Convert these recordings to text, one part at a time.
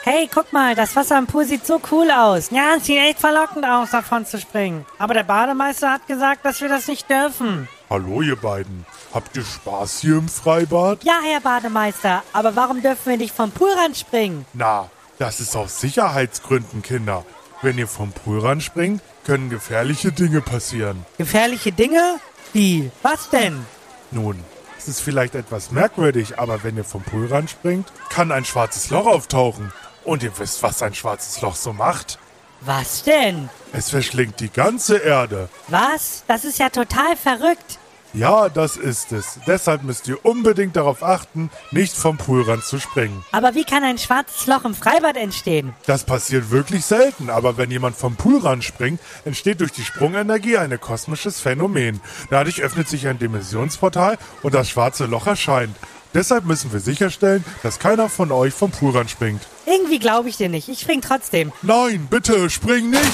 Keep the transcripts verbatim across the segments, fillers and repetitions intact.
Hey, guck mal, das Wasser im Pool sieht so cool aus. Ja, es sieht echt verlockend aus, davon zu springen. Aber der Bademeister hat gesagt, dass wir das nicht dürfen. Hallo ihr beiden, habt ihr Spaß hier im Freibad? Ja, Herr Bademeister, aber warum dürfen wir nicht vom Poolrand springen? Na, das ist aus Sicherheitsgründen, Kinder. Wenn ihr vom Poolrand springt, können gefährliche Dinge passieren. Gefährliche Dinge? Wie? Was denn? Nun, es ist vielleicht etwas merkwürdig, aber wenn ihr vom Poolrand springt, kann ein schwarzes Loch auftauchen. Und ihr wisst, was ein schwarzes Loch so macht? Was denn? Es verschlingt die ganze Erde. Was? Das ist ja total verrückt. Ja, das ist es. Deshalb müsst ihr unbedingt darauf achten, nicht vom Poolrand zu springen. Aber wie kann ein schwarzes Loch im Freibad entstehen? Das passiert wirklich selten, aber wenn jemand vom Poolrand springt, entsteht durch die Sprungenergie ein kosmisches Phänomen. Dadurch öffnet sich ein Dimensionsportal und das schwarze Loch erscheint. Deshalb müssen wir sicherstellen, dass keiner von euch vom Poolrand springt. Irgendwie glaube ich dir nicht. Ich spring trotzdem. Nein, bitte, spring nicht!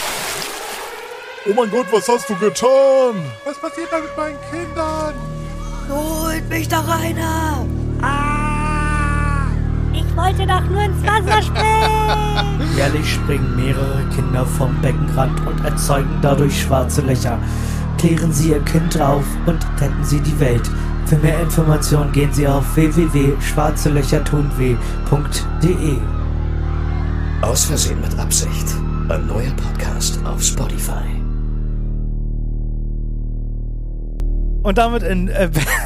Oh mein Gott, was hast du getan? Was passiert da mit meinen Kindern? Holt mich doch einer! Ah! Ich wollte doch nur ins Wasser springen! Jährlich springen mehrere Kinder vom Beckenrand und erzeugen dadurch schwarze Löcher. Klären Sie Ihr Kind auf und retten Sie die Welt. Für mehr Informationen gehen Sie auf w w w punkt schwarze löcher tun weh punkt d e. Aus Versehen mit Absicht. Ein neuer Podcast auf Spotify. Und damit in, äh,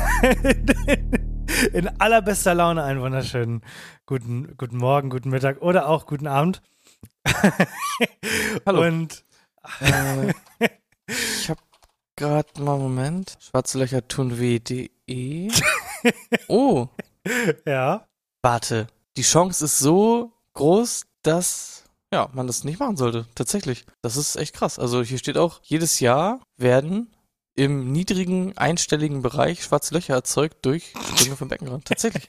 in allerbester Laune einen wunderschönen guten, guten Morgen, guten Mittag oder auch guten Abend. Hallo. Und äh, ich hab gerade mal einen Moment. Schwarze Löcher tun weh punkt de. Oh. ja. Warte. Die Chance ist so groß, dass ja, man das nicht machen sollte. Tatsächlich. Das ist echt krass. Also hier steht auch, jedes Jahr werden im niedrigen, einstelligen Bereich schwarze Löcher erzeugt durch Sprünge vom Beckenrand. Tatsächlich.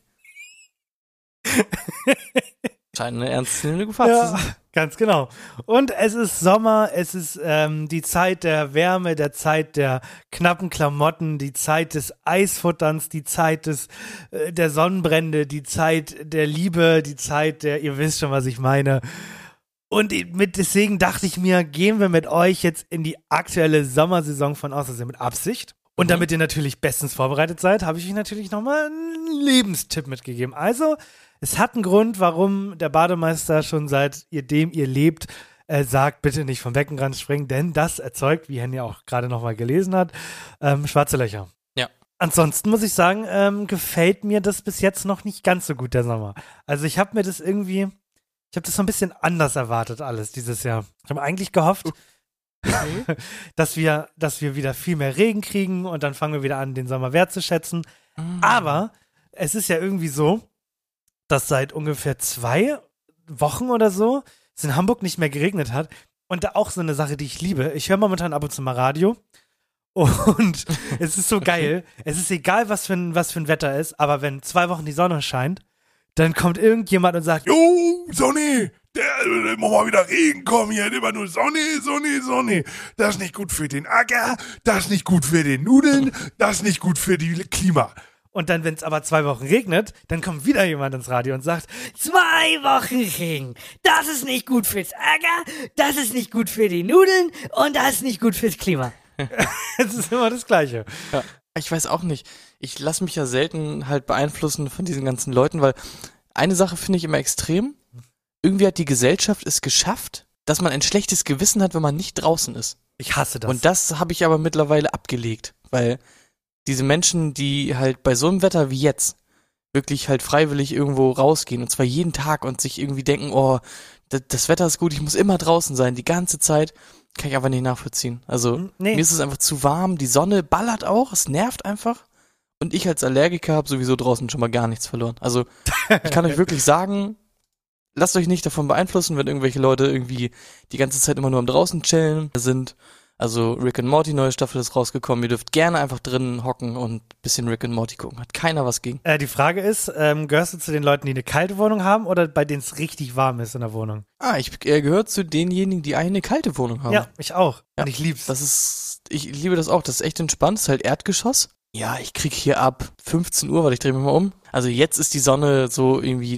Scheint eine ernstzunehmende Gefahr ja, zu sein. Ganz genau. Und es ist Sommer, es ist ähm, die Zeit der Wärme, der Zeit der knappen Klamotten, die Zeit des Eisfutterns, die Zeit des äh, der Sonnenbrände, die Zeit der Liebe, die Zeit der, ihr wisst schon, was ich meine. Und mit, deswegen dachte ich mir, gehen wir mit euch jetzt in die aktuelle Sommersaison von Außersehen mit Absicht. Und damit ihr natürlich bestens vorbereitet seid, habe ich euch natürlich nochmal einen Lebenstipp mitgegeben. Also, es hat einen Grund, warum der Bademeister schon seitdem ihr lebt, äh, sagt, bitte nicht vom Beckenrand springen, denn das erzeugt, wie Henny auch gerade nochmal gelesen hat, ähm, schwarze Löcher. Ja. Ansonsten muss ich sagen, ähm, gefällt mir das bis jetzt noch nicht ganz so gut, der Sommer. Also ich habe mir das irgendwie, ich habe das so ein bisschen anders erwartet alles dieses Jahr. Ich habe eigentlich gehofft, okay. dass wir, dass wir wieder viel mehr Regen kriegen und dann fangen wir wieder an, den Sommer wertzuschätzen. Mhm. Aber es ist ja irgendwie so, dass seit ungefähr zwei Wochen oder so es in Hamburg nicht mehr geregnet hat. Und da auch so eine Sache, die ich liebe. Ich höre momentan ab und zu mal Radio. Und es ist so geil. Es ist egal, was für ein, was für ein Wetter ist. Aber wenn zwei Wochen die Sonne scheint, dann kommt irgendjemand und sagt, Jo, Sonne, der, der muss mal wieder Regen kommen hier. Immer nur Sonne, Sonne, Sonne. Das ist nicht gut für den Acker. Das ist nicht gut für den Nudeln. Das ist nicht gut für die Klima. Und dann, wenn es aber zwei Wochen regnet, dann kommt wieder jemand ins Radio und sagt, zwei Wochen Regen, das ist nicht gut fürs Acker, das ist nicht gut für die Nudeln und das ist nicht gut fürs Klima. Es ist immer das Gleiche. Ja, ich weiß auch nicht. Ich lasse mich ja selten halt beeinflussen von diesen ganzen Leuten, weil eine Sache finde ich immer extrem. Irgendwie hat die Gesellschaft es geschafft, dass man ein schlechtes Gewissen hat, wenn man nicht draußen ist. Ich hasse das. Und das habe ich aber mittlerweile abgelegt, weil diese Menschen, die halt bei so einem Wetter wie jetzt wirklich halt freiwillig irgendwo rausgehen und zwar jeden Tag und sich irgendwie denken, oh, das, das Wetter ist gut, ich muss immer draußen sein, die ganze Zeit, kann ich einfach nicht nachvollziehen. Also nee. Mir ist es einfach zu warm, die Sonne ballert auch, es nervt einfach und ich als Allergiker habe sowieso draußen schon mal gar nichts verloren. Also ich kann euch wirklich sagen, lasst euch nicht davon beeinflussen, wenn irgendwelche Leute irgendwie die ganze Zeit immer nur am draußen chillen sind. Also Rick and Morty, neue Staffel ist rausgekommen. Ihr dürft gerne einfach drinnen hocken und ein bisschen Rick and Morty gucken. Hat keiner was gegen. Äh, die Frage ist, ähm, gehörst du zu den Leuten, die eine kalte Wohnung haben oder bei denen es richtig warm ist in der Wohnung? Ah, ich äh, gehöre zu denjenigen, die eine kalte Wohnung haben. Ja, ich auch. Ja, und ich lieb's. Das ist, ich liebe das auch. Das ist echt entspannt. Das ist halt Erdgeschoss. Ja, ich krieg hier ab fünfzehn Uhr, weil ich drehe mich mal um. Also jetzt ist die Sonne so irgendwie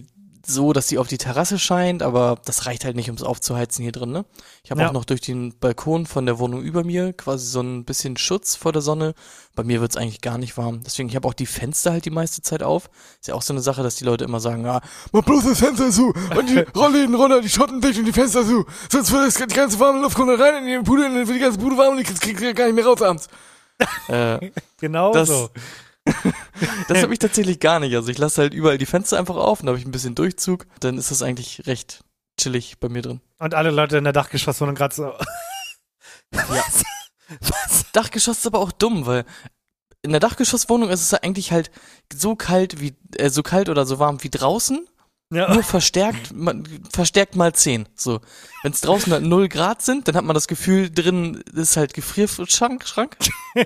so, dass die auf die Terrasse scheint, aber das reicht halt nicht, um es aufzuheizen hier drin, ne? Ich habe Ja. auch noch durch den Balkon von der Wohnung über mir quasi so ein bisschen Schutz vor der Sonne. Bei mir wird's eigentlich gar nicht warm. Deswegen, ich habe auch die Fenster halt die meiste Zeit auf. Ist ja auch so eine Sache, dass die Leute immer sagen, ja, mach bloß das Fenster zu und die Rollläden runter, die Schotten dicht und die Fenster zu. Sonst wird das die ganze warme Luft kommt rein in die Bude und dann wird die ganze Bude warm und ich krieg gar nicht mehr raus abends. äh, Genau das, so. Das habe ich tatsächlich gar nicht. Also ich lasse halt überall die Fenster einfach auf, dann habe ich ein bisschen Durchzug. Dann ist das eigentlich recht chillig bei mir drin. Und alle Leute in der Dachgeschosswohnung gerade so. Ja. Dachgeschoss ist aber auch dumm, weil in der Dachgeschosswohnung ist es ja eigentlich halt so kalt wie äh, so kalt oder so warm wie draußen, Ja. nur verstärkt man, verstärkt mal zehn. So, wenn es draußen halt null Grad sind, dann hat man das Gefühl, drin ist halt Gefrierschrank, Schrank.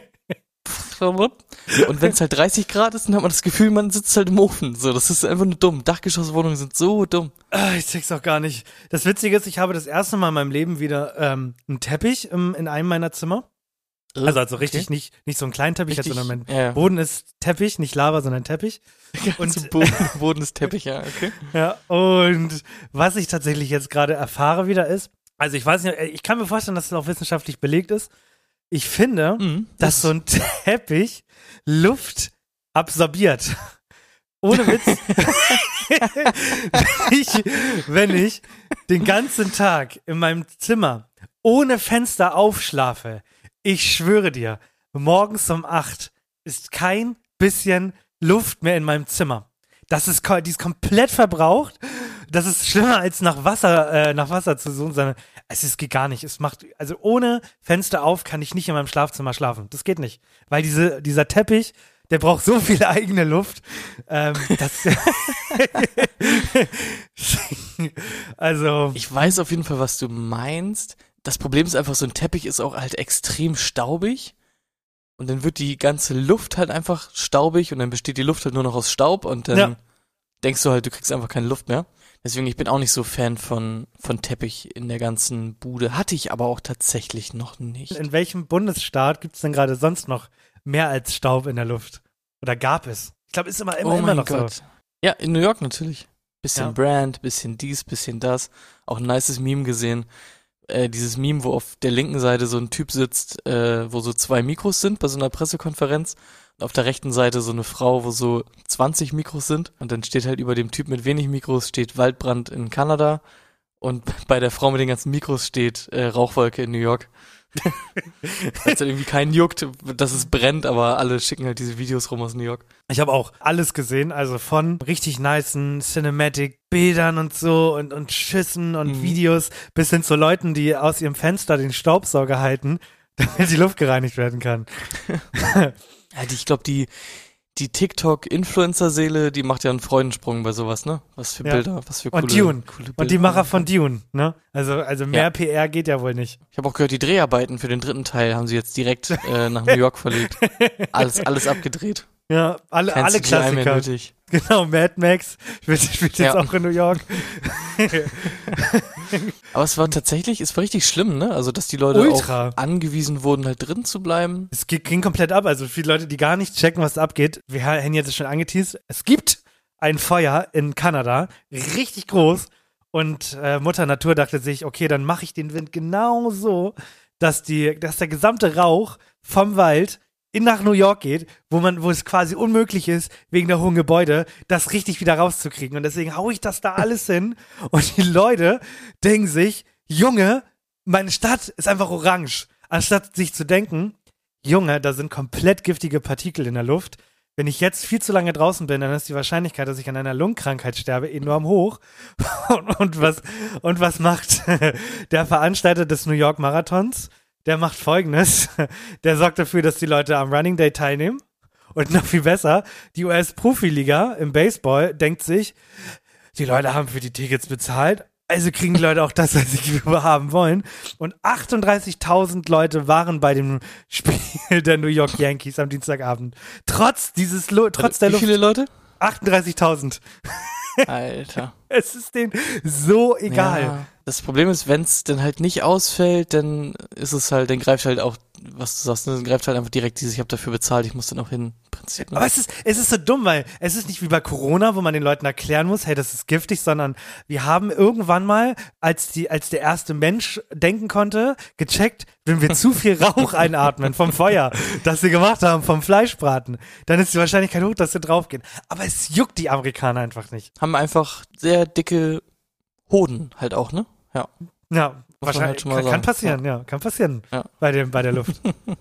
Und wenn es halt dreißig Grad ist, dann hat man das Gefühl, man sitzt halt im Ofen. So, das ist einfach nur dumm. Dachgeschosswohnungen sind so dumm. Ah, ich check's auch gar nicht. Das Witzige ist, ich habe das erste Mal in meinem Leben wieder ähm, einen Teppich im, in einem meiner Zimmer. Also, also richtig, Okay. nicht, nicht so einen kleinen Teppich, Richtig, jetzt, sondern mein ja. Boden ist Teppich, nicht Lava, sondern Teppich. Und Und, Boden, Boden ist Teppich, ja, okay. ja, und was ich tatsächlich jetzt gerade erfahre wieder ist, also ich weiß nicht, ich kann mir vorstellen, dass es auch wissenschaftlich belegt ist. Ich finde, Mhm, dass so ein Teppich Luft absorbiert. Ohne Witz. wenn, ich, wenn ich den ganzen Tag in meinem Zimmer ohne Fenster aufschlafe, ich schwöre dir, morgens um acht ist kein bisschen Luft mehr in meinem Zimmer. Das ist, ko- die ist komplett verbraucht. Das ist schlimmer als nach Wasser, äh, nach Wasser zu suchen, sondern es ist, geht gar nicht. Es macht, also ohne Fenster auf kann ich nicht in meinem Schlafzimmer schlafen. Das geht nicht. Weil diese, dieser Teppich, der braucht so viel eigene Luft. Ähm, das, also, Ich weiß auf jeden Fall, was du meinst. Das Problem ist einfach, so ein Teppich ist auch halt extrem staubig. Und dann wird die ganze Luft halt einfach staubig und dann besteht die Luft halt nur noch aus Staub und dann Ja. denkst du halt, du kriegst einfach keine Luft mehr. Deswegen, ich bin auch nicht so Fan von, von Teppich in der ganzen Bude. Hatte ich aber auch tatsächlich noch nicht. in welchem Bundesstaat gibt es denn gerade sonst noch mehr als Staub in der Luft? Oder gab es? Ich glaube, ist immer, immer, oh immer mein noch Gott. so. Ja, in New York natürlich. Bisschen Ja. Brand, bisschen dies, bisschen das. Auch ein nices Meme gesehen. Äh, dieses Meme, wo auf der linken Seite so ein Typ sitzt, äh, wo so zwei Mikros sind bei so einer Pressekonferenz. Und auf der rechten Seite so eine Frau, wo so zwanzig Mikros sind. Und dann steht halt über dem Typ mit wenig Mikros steht Waldbrand in Kanada. Und bei der Frau mit den ganzen Mikros steht äh, Rauchwolke in New York. Weil es halt irgendwie keinen juckt, dass es brennt, aber alle schicken halt diese Videos rum aus New York. Ich habe auch alles gesehen, also von richtig nicen Cinematic-Bildern und so und, und Schüssen und Mhm. Videos bis hin zu Leuten, die aus ihrem Fenster den Staubsauger halten, damit die Luft gereinigt werden kann. Ja, die, ich glaube, die, die TikTok-Influencer-Seele, die macht ja einen Freudensprung bei sowas, ne? Was für Ja. Bilder, was für coole, Und Dune. coole Bilder. Und die Macher von Dune, ne? Also, also mehr Ja. P R geht ja wohl nicht. Ich habe auch gehört, die Dreharbeiten für den dritten Teil haben sie jetzt direkt äh, nach New York verlegt. Alles, alles abgedreht. Ja, alle, Kein alle C G I mehr Klassiker. nötig. Genau, Mad Max spielt, spielt jetzt Ja. auch in New York. Aber es war tatsächlich, es war richtig schlimm, ne? Also, dass die Leute Ultra. auch angewiesen wurden, halt drin zu bleiben. Es ging ging komplett ab. Also viele Leute, die gar nicht checken, was abgeht. Wir haben jetzt schon angeteased. Es gibt ein Feuer in Kanada, richtig groß. Und äh, Mutter Natur dachte sich, okay, dann mache ich den Wind genau so, dass, die, dass der gesamte Rauch vom Wald in nach New York geht, wo man, wo es quasi unmöglich ist, wegen der hohen Gebäude, das richtig wieder rauszukriegen. Und deswegen hau ich das da alles hin. Und die Leute denken sich, Junge, meine Stadt ist einfach orange. Anstatt sich zu denken, Junge, da sind komplett giftige Partikel in der Luft. Wenn ich jetzt viel zu lange draußen bin, dann ist die Wahrscheinlichkeit, dass ich an einer Lungenkrankheit sterbe, enorm hoch. Und, und, was, und was macht der Veranstalter des New York Marathons? Der macht Folgendes. Der sorgt dafür, dass die Leute am Running Day teilnehmen. Und noch viel besser, die U S-Profiliga im Baseball denkt sich, die Leute haben für die Tickets bezahlt, also kriegen die Leute auch das, was sie haben wollen. Und achtunddreißigtausend Leute waren bei dem Spiel der New York Yankees am Dienstagabend. Trotz dieses, Lu- trotz der Wie Luft. viele Leute? achtunddreißigtausend. Alter. Es ist denen so egal. Ja. Das Problem ist, wenn es dann halt nicht ausfällt, dann ist es halt, dann greift halt auch was du sagst, dann greift halt einfach direkt dieses, ich habe dafür bezahlt, ich muss dann auch hin. Prinzip, ne? Aber es ist, es ist so dumm, weil es ist nicht wie bei Corona, wo man den Leuten erklären muss, hey, das ist giftig, sondern wir haben irgendwann mal, als die, als der erste Mensch denken konnte, gecheckt, wenn wir zu viel Rauch einatmen vom Feuer, das sie gemacht haben, vom Fleischbraten, dann ist die Wahrscheinlichkeit hoch, dass sie draufgehen. Aber es juckt die Amerikaner einfach nicht. Haben einfach sehr dicke Hoden halt auch, ne? Ja. Ja, Muss man wahrscheinlich halt schon mal kann, kann sagen. passieren, ja, kann passieren Ja. bei dem, bei der Luft.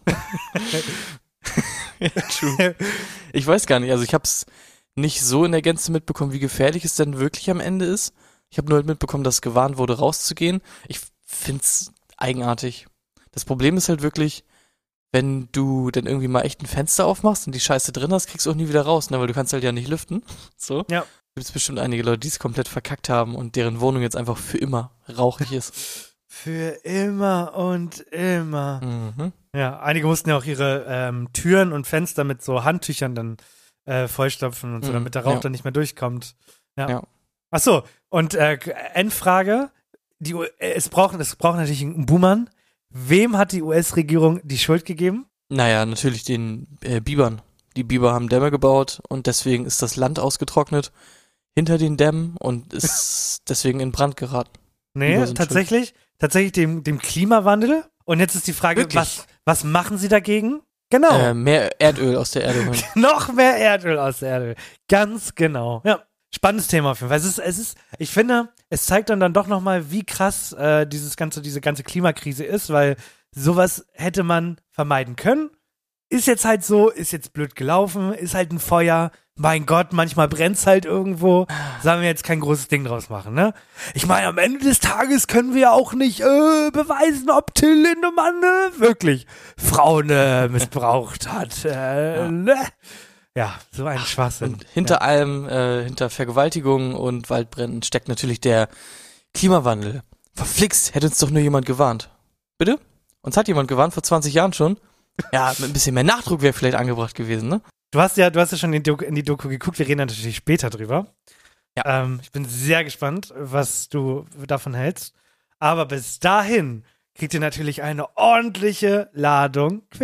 True. Ich weiß gar nicht, also ich habe es nicht so in der Gänze mitbekommen, wie gefährlich es denn wirklich am Ende ist. Ich habe nur halt mitbekommen, dass gewarnt wurde, rauszugehen. Ich find's eigenartig. Das Problem ist halt wirklich, wenn du dann irgendwie mal echt ein Fenster aufmachst und die Scheiße drin hast, kriegst du auch nie wieder raus, ne, weil du kannst halt ja nicht lüften. So. Ja. Gibt es bestimmt einige Leute, die es komplett verkackt haben und deren Wohnung jetzt einfach für immer rauchig ist. Für immer und immer. Mhm. Ja, einige mussten ja auch ihre ähm, Türen und Fenster mit so Handtüchern dann äh, vollstopfen und so, Mhm, damit der Rauch ja. dann nicht mehr durchkommt. Ja. Ja. Ach so, und äh, Endfrage, die, U- äh, es braucht es braucht natürlich einen Buhmann. Wem hat die U S-Regierung die Schuld gegeben? Naja, natürlich den äh, Bibern. Die Biber haben Dämme gebaut und deswegen ist das Land ausgetrocknet hinter den Dämmen und ist deswegen in Brand geraten. Nee, Biber sind tatsächlich, tatsächlich dem, dem Klimawandel. Und jetzt ist die Frage, Wirklich? was, was machen sie dagegen? Genau. Äh, mehr Erdöl aus der Erde holen. Noch mehr Erdöl aus der Erde. Ganz genau. Ja. Spannendes Thema auf jeden Fall. Es ist, es ist, ich finde, es zeigt dann dann doch nochmal, wie krass äh, dieses ganze, diese ganze Klimakrise ist, weil sowas hätte man vermeiden können. Ist jetzt halt so, ist jetzt blöd gelaufen, ist halt ein Feuer. Mein Gott, manchmal brennt's halt irgendwo. Sollen wir jetzt kein großes Ding draus machen, ne? Ich meine, am Ende des Tages können wir ja auch nicht äh, beweisen, ob Till Lindemann äh, wirklich Frauen äh, missbraucht hat. Äh, ja. Ne? Ja, so ein Schwachsinn. Und hinter ja. allem, äh, hinter Vergewaltigungen und Waldbränden steckt natürlich der Klimawandel. Verflixt, hätte uns doch nur jemand gewarnt. Bitte? Uns hat jemand gewarnt vor zwanzig Jahren schon. Ja, mit ein bisschen mehr Nachdruck wäre vielleicht angebracht gewesen, ne? Du hast ja, du hast ja schon in die, Doku, in die Doku geguckt, wir reden natürlich später drüber. Ja. Ähm, ich bin sehr gespannt, was du davon hältst. Aber bis dahin kriegt ihr natürlich eine ordentliche Ladung Quiz.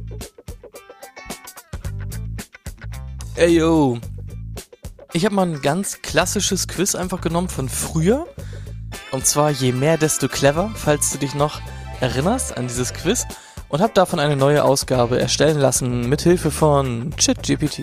Ey, yo. Ich habe mal ein ganz klassisches Quiz einfach genommen von früher. Und zwar je mehr, desto clever, falls du dich noch erinnerst an dieses Quiz. Und habe davon eine neue Ausgabe erstellen lassen, mithilfe von ChatGPT.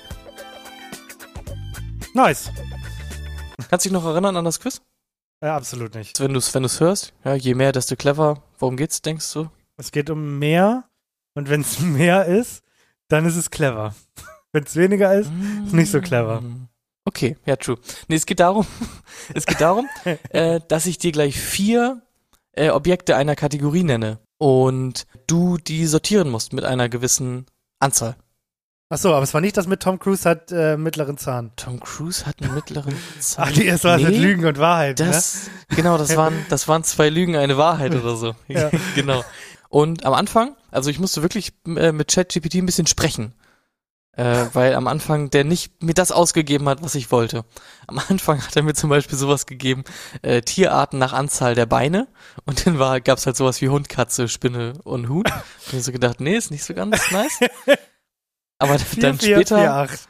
Nice. Kannst du dich noch erinnern an das Quiz? Ja, absolut nicht. Wenn du es wenn du's hörst, ja, je mehr, desto clever. Worum geht's, denkst du? Es geht um mehr und wenn es mehr ist, dann ist es clever. Wenn es weniger ist, ist nicht so clever. Okay, ja, true. Nee, es geht darum, es geht darum, äh, dass ich dir gleich vier äh, Objekte einer Kategorie nenne und du die sortieren musst mit einer gewissen Anzahl. Ach so, aber es war nicht das mit Tom Cruise hat äh, mittleren Zahn. Tom Cruise hat einen mittleren Zahn. Ach, die ist was Nee, mit Lügen und Wahrheit, Das, genau, das waren, das waren zwei Lügen, eine Wahrheit oder so. Ja. Genau. Und am Anfang, also ich musste wirklich äh, mit ChatGPT ein bisschen sprechen. Äh, weil am Anfang der nicht mir das ausgegeben hat, was ich wollte. Am Anfang hat er mir zum Beispiel sowas gegeben, äh, Tierarten nach Anzahl der Beine. Und dann war, gab's halt sowas wie Hund, Katze, Spinne und Huhn. Und ich hab so gedacht, nee, ist nicht so ganz nice. Aber vier, dann vier, später, vier, acht.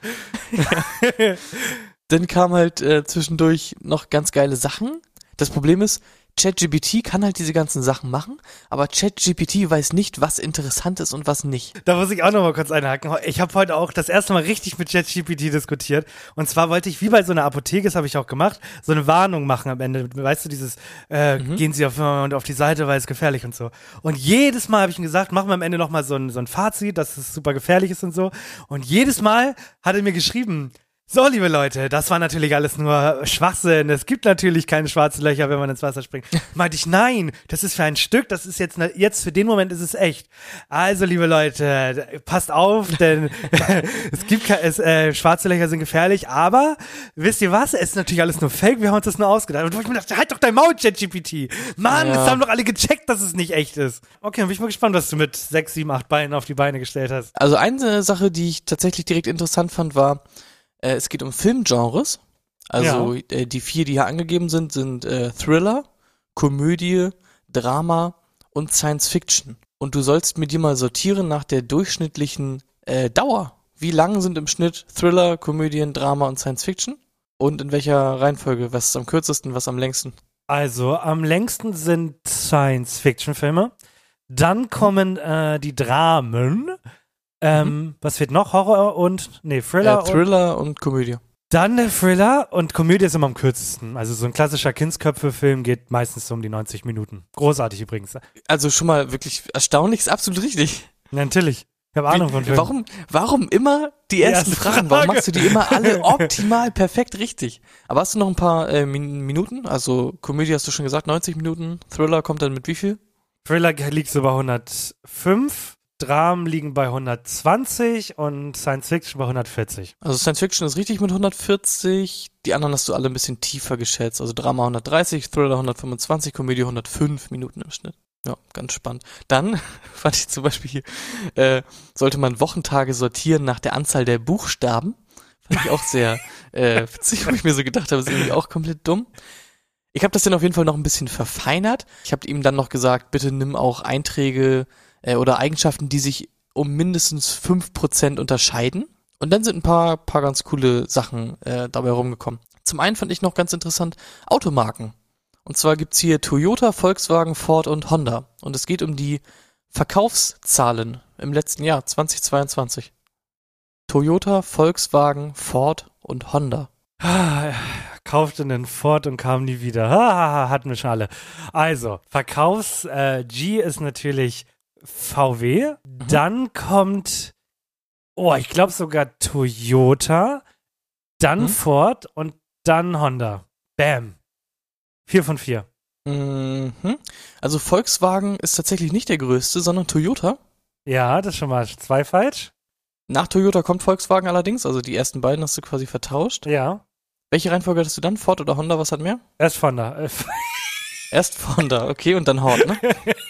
dann kam halt äh, zwischendurch noch ganz geile Sachen. Das Problem ist, ChatGPT kann halt diese ganzen Sachen machen, aber ChatGPT weiß nicht, was interessant ist und was nicht. Da muss ich auch noch mal kurz einhaken. Ich habe heute auch das erste Mal richtig mit ChatGPT diskutiert. Und zwar wollte ich, wie bei so einer Apotheke, das habe ich auch gemacht, so eine Warnung machen am Ende. Weißt du, dieses, äh, Mhm. gehen Sie auf, und auf die Seite, weil es gefährlich und so. Und jedes Mal habe ich ihm gesagt, machen wir am Ende noch mal so ein, so ein Fazit, dass es super gefährlich ist und so. Und jedes Mal hat er mir geschrieben, so, liebe Leute, das war natürlich alles nur Schwachsinn. Es gibt natürlich keine schwarzen Löcher, wenn man ins Wasser springt. Meinte ich, nein, das ist für ein Stück, das ist jetzt, jetzt für den Moment ist es echt. Also, liebe Leute, passt auf, denn es gibt keine, es, äh, schwarze Löcher sind gefährlich, aber wisst ihr was? Es ist natürlich alles nur Fake, wir haben uns das nur ausgedacht. Und wo ich mir dachte, halt doch dein Maul, ChatGPT. Mann, Ja. das haben doch alle gecheckt, dass es nicht echt ist. Okay, dann bin ich mal gespannt, was du mit sechs, sieben, acht Beinen auf die Beine gestellt hast. Also eine Sache, die ich tatsächlich direkt interessant fand, war, äh, es geht um Filmgenres. Also äh, die vier, die hier angegeben sind, sind äh, Thriller, Komödie, Drama und Science Fiction. und du sollst mit dir mal sortieren nach der durchschnittlichen äh, Dauer. Wie lang sind im Schnitt Thriller, Komödien, Drama und Science Fiction? Und in welcher Reihenfolge? Was ist am kürzesten, was am längsten? Also, am längsten sind Science-Fiction-Filme. Dann kommen äh, die Dramen. Ähm, Mhm. Was wird noch? Horror und, nee, Thriller. Äh, Thriller und, und Komödie. Dann der Thriller und Komödie ist immer am kürzesten. Also so ein klassischer Kindsköpfe-Film geht meistens so um die neunzig Minuten. Großartig übrigens. Also schon mal wirklich erstaunlich, ist absolut richtig. Ja, natürlich. Ich habe Ahnung von Wie, Filmen. warum, warum immer die ersten erste Fragen? Warum Frage. machst du die immer alle optimal perfekt richtig? Aber hast du noch ein paar äh, Min Minuten? Also Komödie hast du schon gesagt, neunzig Minuten. Thriller kommt dann mit wie viel? Thriller liegt so bei hundertfünf, Dramen liegen bei hundertzwanzig und Science Fiction bei hundertvierzig. Also Science Fiction ist richtig mit hundertvierzig. Die anderen hast du alle ein bisschen tiefer geschätzt. Also Drama hundertdreißig, Thriller hundertfünfundzwanzig, Komödie hundertfünf Minuten im Schnitt. Ja, ganz spannend. Dann fand ich zum Beispiel hier, äh, sollte man Wochentage sortieren nach der Anzahl der Buchstaben. Fand ich auch sehr äh, witzig, wo ich mir so gedacht habe, ist irgendwie auch komplett dumm. Ich habe das dann auf jeden Fall noch ein bisschen verfeinert. Ich habe ihm dann noch gesagt, bitte nimm auch Einträge äh, oder Eigenschaften, die sich um mindestens fünf Prozent unterscheiden. Und dann sind ein paar, paar ganz coole Sachen äh, dabei rumgekommen. Zum einen fand ich noch ganz interessant Automarken. Und zwar gibt's hier Toyota, Volkswagen, Ford und Honda. Und es geht um die Verkaufszahlen im letzten Jahr, zweitausendzweiundzwanzig. Toyota, Volkswagen, Ford und Honda. Ah, kaufte einen Ford und kam nie wieder. Ah, hatten wir schon alle. Also, Verkaufs äh, G ist natürlich V W. Mhm. Dann kommt, oh, ich glaube sogar Toyota, dann Mhm. Ford und dann Honda. Bam. Vier von vier. Mhm. Also Volkswagen ist tatsächlich nicht der größte, sondern Toyota. Ja, das ist schon mal zwei falsch. Nach Toyota kommt Volkswagen allerdings, also die ersten beiden hast du quasi vertauscht. Ja. Welche Reihenfolge hattest du dann? Ford oder Honda, was hat mehr? Erst Honda. Äh, Erst Honda, okay, und dann Ford, ne?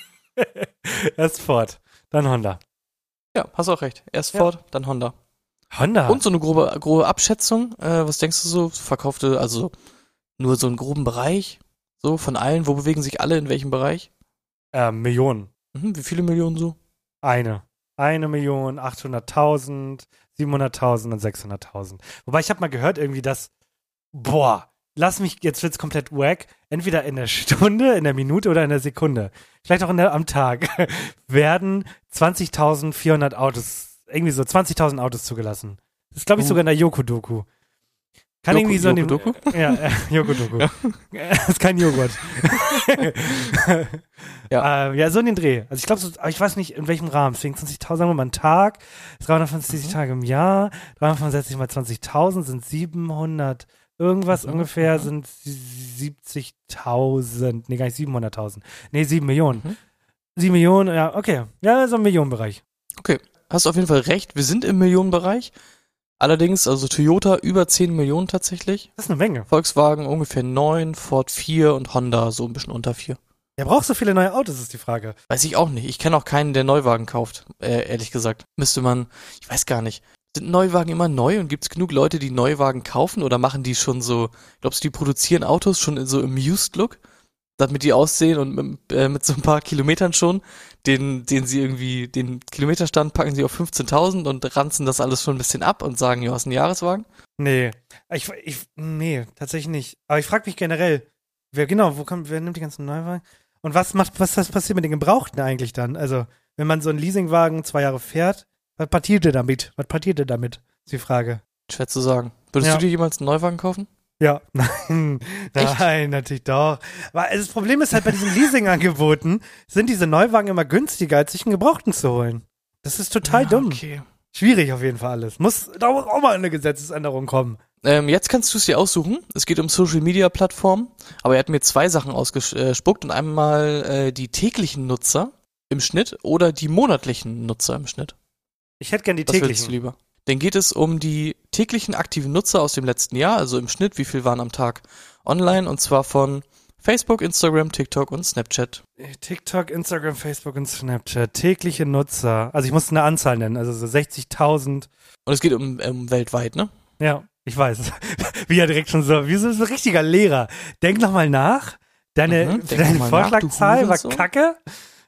Erst Ford, dann Honda. Ja, hast auch recht. Erst Ja. Ford, dann Honda. Honda? Und so eine grobe, grobe Abschätzung, äh, was denkst du so? Verkaufte, also nur so einen groben Bereich? So, von allen, wo bewegen sich alle, in welchem Bereich? äh, Millionen. Mhm, wie viele Millionen so? Eine. Eine Million, achthunderttausend, siebenhunderttausend und sechshunderttausend. Wobei ich habe mal gehört irgendwie, dass, boah, lass mich, jetzt wird's komplett wack, entweder in der Stunde, in der Minute oder in der Sekunde, vielleicht auch in der, am Tag, werden zwanzigtausendvierhundert Autos, irgendwie so zwanzigtausend Autos zugelassen. Das ist, glaube ich, Oh. sogar in der Yoko-Doku. Kann Yoko- irgendwie so in dem, Yoko-Doku? Ja, äh, Yoko-Doku. Das ist kein Joghurt. Ja. Ähm, ja, so in den Dreh. Also ich glaube, so, aber ich weiß nicht, in welchem Rahmen. Deswegen zwanzigtausend, sagen wir mal, einen Tag, dreihundertfünfzig Mhm. Tage im Jahr, dreihundertfünfundsechzig mal zwanzigtausend sind siebenhundert, irgendwas Mhm, ungefähr mhm. sind siebzigtausend, nee, gar nicht siebenhunderttausend. Nee, sieben Millionen. Mhm. sieben Millionen, ja, okay. Ja, so im Millionenbereich. Okay, hast auf jeden Fall recht. Wir sind im Millionenbereich. Allerdings, also Toyota über zehn Millionen tatsächlich. Das ist eine Menge. Volkswagen ungefähr neun, Ford vier und Honda so ein bisschen unter vier. Wer braucht so viele neue Autos, ist die Frage. Weiß ich auch nicht. Ich kenne auch keinen, der Neuwagen kauft, äh, ehrlich gesagt. Müsste man, ich weiß gar nicht. Sind Neuwagen immer neu und gibt's genug Leute, die Neuwagen kaufen oder machen die schon so, glaubst du, die produzieren Autos schon in so im Used-Look? Damit die aussehen und mit, äh, mit so ein paar Kilometern schon, den, den sie irgendwie, den Kilometerstand packen sie auf fünfzehntausend und ranzen das alles schon ein bisschen ab und sagen, ja, hast einen Jahreswagen? Nee. Ich, ich, nee, tatsächlich nicht. Aber ich frage mich generell, wer, genau, wo kommt, wer nimmt die ganzen Neuwagen? Und was macht, was, was passiert mit den Gebrauchten eigentlich dann? Also, wenn man so einen Leasingwagen zwei Jahre fährt, was passiert ihr damit? Was passiert ihr damit? Ist die Frage. Schwer zu sagen. Würdest Ja. du dir jemals einen Neuwagen kaufen? Ja, nein, Echt? nein, natürlich doch. Aber das Problem ist halt bei diesen Leasingangeboten, sind diese Neuwagen immer günstiger, als sich einen Gebrauchten zu holen. Das ist total Ja, dumm. Okay. Schwierig auf jeden Fall alles. Muss, da muss auch mal eine Gesetzesänderung kommen. Ähm, jetzt kannst du es dir aussuchen. Es geht um Social Media Plattformen, aber er hat mir zwei Sachen ausgespuckt und einmal äh, die täglichen Nutzer im Schnitt oder die monatlichen Nutzer im Schnitt. Ich hätte gern die Was willst du täglichen. lieber? Dann geht es um die täglichen aktiven Nutzer aus dem letzten Jahr, also im Schnitt, wie viel waren am Tag online, und zwar von Facebook, Instagram, TikTok und Snapchat. TikTok, Instagram, Facebook und Snapchat. Tägliche Nutzer. Also ich muss eine Anzahl nennen, also so sechzigtausend. Und es geht um, um weltweit, ne? Ja, ich weiß. Wie ja direkt schon so, wie so ein richtiger Lehrer. Denk noch mal nach. Deine, Mhm, denk deine noch mal nach, du Vorschlagzahl war Hurensohn. kacke.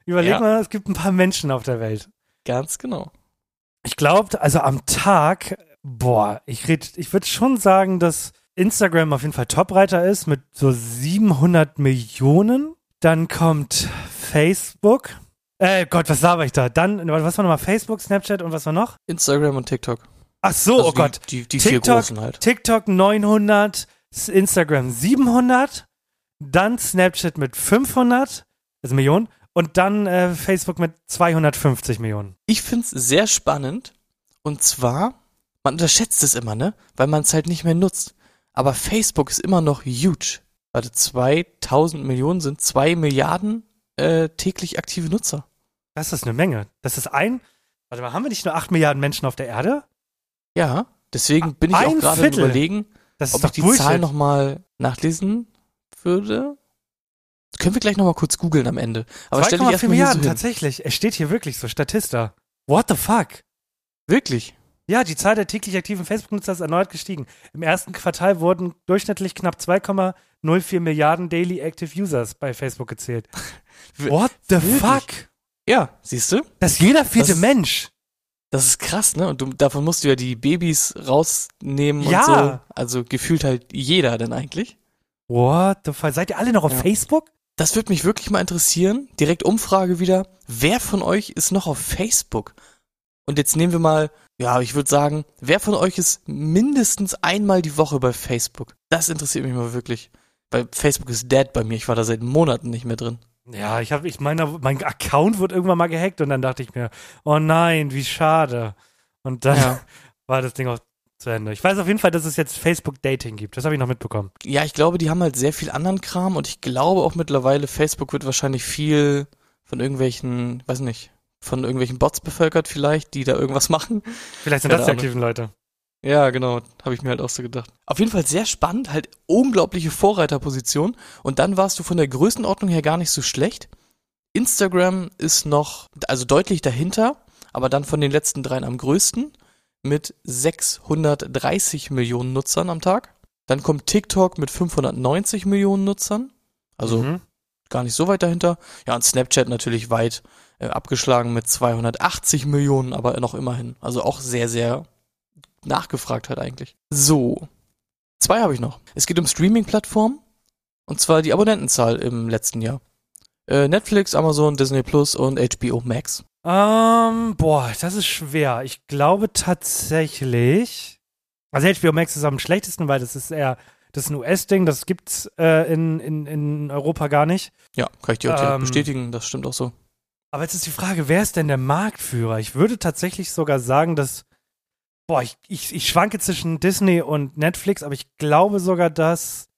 Überleg Ja. mal, es gibt ein paar Menschen auf der Welt. Ganz genau. Ich glaube, also am Tag, boah, ich red, ich würde schon sagen, dass Instagram auf jeden Fall Topreiter ist mit so siebenhundert Millionen. Dann kommt Facebook. Äh, Gott, was laber ich da? Dann, was war nochmal? Facebook, Snapchat und was war noch? Instagram und TikTok. Ach so, Also oh Gott. Die, die, die vier TikTok, großen halt. TikTok neunhundert, Instagram siebenhundert, dann Snapchat mit fünfhundert, also Millionen, und dann äh, Facebook mit zweihundertfünfzig Millionen. Ich find's sehr spannend. Und zwar, man unterschätzt es immer, ne? Weil man es halt nicht mehr nutzt. Aber Facebook ist immer noch huge. Warte, zweitausend Millionen sind zwei Milliarden äh, täglich aktive Nutzer. Das ist eine Menge. Das ist ein, warte mal, haben wir nicht nur acht Milliarden Menschen auf der Erde? Ja, deswegen bin ich Ein auch gerade am Viertel. Überlegen, Das ist ob doch ich die Bullshit. Zahl nochmal nachlesen würde. Können wir gleich nochmal kurz googeln am Ende. Aber stell dich zwei Komma vier erstmal hier so Milliarden, hin. tatsächlich. Es steht hier wirklich so, Statista. What the fuck? Wirklich? Ja, die Zahl der täglich aktiven Facebook-Nutzer ist erneut gestiegen. Im ersten Quartal wurden durchschnittlich knapp zwei Komma null vier Milliarden Daily Active Users bei Facebook gezählt. What the Wirklich? fuck? Ja, siehst du? Das ist jeder vierte Das ist- Mensch. Das ist krass, ne? Und du, davon musst du ja die Babys rausnehmen Ja. und so. Also gefühlt halt jeder denn eigentlich. What the fuck? Seid ihr alle noch auf Ja. Facebook? Das würde mich wirklich mal interessieren. Direkt Umfrage wieder. Wer von euch ist noch auf Facebook? Und jetzt nehmen wir mal, ja, ich würde sagen, wer von euch ist mindestens einmal die Woche bei Facebook? Das interessiert mich mal wirklich. Weil Facebook ist dead bei mir. Ich war da seit Monaten nicht mehr drin. Ja, ich habe, ich meine, mein Account wurde irgendwann mal gehackt und dann dachte ich mir, oh nein, wie schade. Und dann Ja. war das Ding auch zu Ende. Ich weiß auf jeden Fall, dass es jetzt Facebook-Dating gibt. Das habe ich noch mitbekommen. Ja, ich glaube, die haben halt sehr viel anderen Kram und ich glaube auch mittlerweile, Facebook wird wahrscheinlich viel von irgendwelchen, weiß nicht, von irgendwelchen Bots bevölkert vielleicht, die da irgendwas machen. Vielleicht sind Keine das die Ahnung. aktiven Leute. Ja, genau, habe ich mir halt auch so gedacht. Auf jeden Fall sehr spannend, halt unglaubliche Vorreiterposition und dann warst du von der Größenordnung her gar nicht so schlecht. Instagram ist noch, also deutlich dahinter, aber dann von den letzten dreien am größten mit sechshundertdreißig Millionen Nutzern am Tag. Dann kommt TikTok mit fünfhundertneunzig Millionen Nutzern, also Mhm. gar nicht so weit dahinter. Ja, und Snapchat natürlich weit äh, abgeschlagen mit zweihundertachtzig Millionen, aber noch immerhin. Also auch sehr, sehr nachgefragt halt eigentlich. So, zwei habe ich noch. Es geht um Streaming-Plattformen und zwar die Abonnentenzahl im letzten Jahr. Äh, Netflix, Amazon, Disney Plus und H B O Max. Ähm, boah, das ist schwer. Ich glaube tatsächlich, also H B O Max ist am schlechtesten, weil das ist eher, das ist ein U S-Ding, das gibt's äh, in, in, in Europa gar nicht. Ja, kann ich dir auch direkt Ähm, bestätigen, das stimmt auch so. Aber jetzt ist die Frage, wer ist denn der Marktführer? Ich würde tatsächlich sogar sagen, dass, boah, ich, ich, ich schwanke zwischen Disney und Netflix, aber ich glaube sogar, dass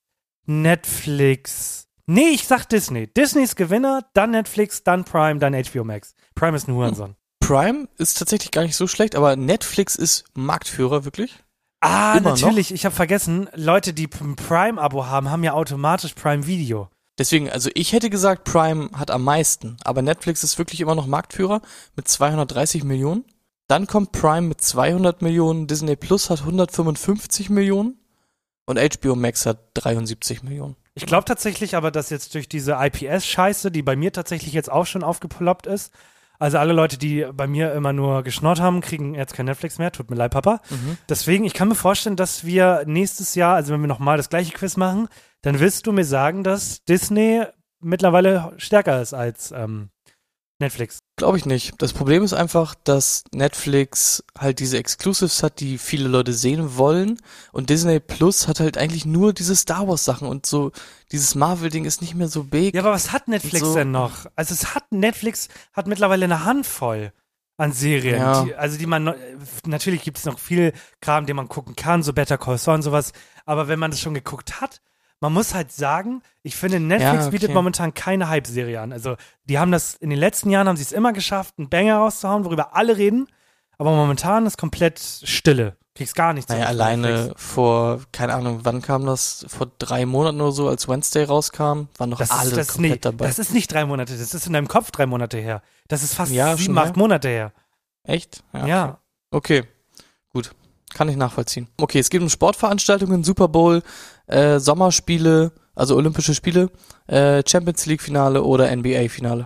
Netflix, nee, ich sag Disney. Disney ist Gewinner, dann Netflix, dann Prime, dann H B O Max. Prime ist ein Hurensohn. Prime ist tatsächlich gar nicht so schlecht, aber Netflix ist Marktführer, wirklich? Ah, Immer natürlich, ich habe vergessen, Leute, die ein Prime-Abo haben, haben ja automatisch Prime Video. Deswegen, also ich hätte gesagt, Prime hat am meisten, aber Netflix ist wirklich immer noch Marktführer mit zweihundertdreißig Millionen. Dann kommt Prime mit zweihundert Millionen, Disney Plus hat hundertfünfundfünfzig Millionen und H B O Max hat dreiundsiebzig Millionen. Ich glaube tatsächlich aber, dass jetzt durch diese I P S-Scheiße, die bei mir tatsächlich jetzt auch schon aufgeploppt ist, also alle Leute, die bei mir immer nur geschnurrt haben, kriegen jetzt kein Netflix mehr. Tut mir leid, Papa. Mhm. Deswegen, ich kann mir vorstellen, dass wir nächstes Jahr, also wenn wir nochmal das gleiche Quiz machen, dann wirst du mir sagen, dass Disney mittlerweile stärker ist als ähm, Netflix. Glaube ich nicht. Das Problem ist einfach, dass Netflix halt diese Exclusives hat, die viele Leute sehen wollen und Disney Plus hat halt eigentlich nur diese Star Wars Sachen und so dieses Marvel-Ding ist nicht mehr so big. Ja, aber was hat Netflix so. denn noch? Also es hat, Netflix hat mittlerweile eine Handvoll an Serien. Ja. Die, also die man, noch- natürlich gibt es noch viel Kram, den man gucken kann, so Better Call Saul und sowas, aber wenn man das schon geguckt hat, man muss halt sagen, ich finde, Netflix Ja, okay. bietet momentan keine Hype-Serie an. Also die haben das, in den letzten Jahren haben sie es immer geschafft, einen Banger rauszuhauen, worüber alle reden, aber momentan ist komplett Stille. Kriegst gar nichts. Naja, von alleine Netflix. vor, keine Ahnung, wann kam das? Vor drei Monaten oder so, als Wednesday rauskam, waren noch Das alle ist, das, komplett nee, dabei. das ist nicht drei Monate, das ist in deinem Kopf drei Monate her. Das ist fast Ja, sieben, schon acht mehr. Monate her. Echt? Ja. Okay, gut. Kann ich nachvollziehen. Okay, es geht um Sportveranstaltungen, Super Bowl, äh, Sommerspiele, also Olympische Spiele, äh, Champions League Finale oder N B A Finale.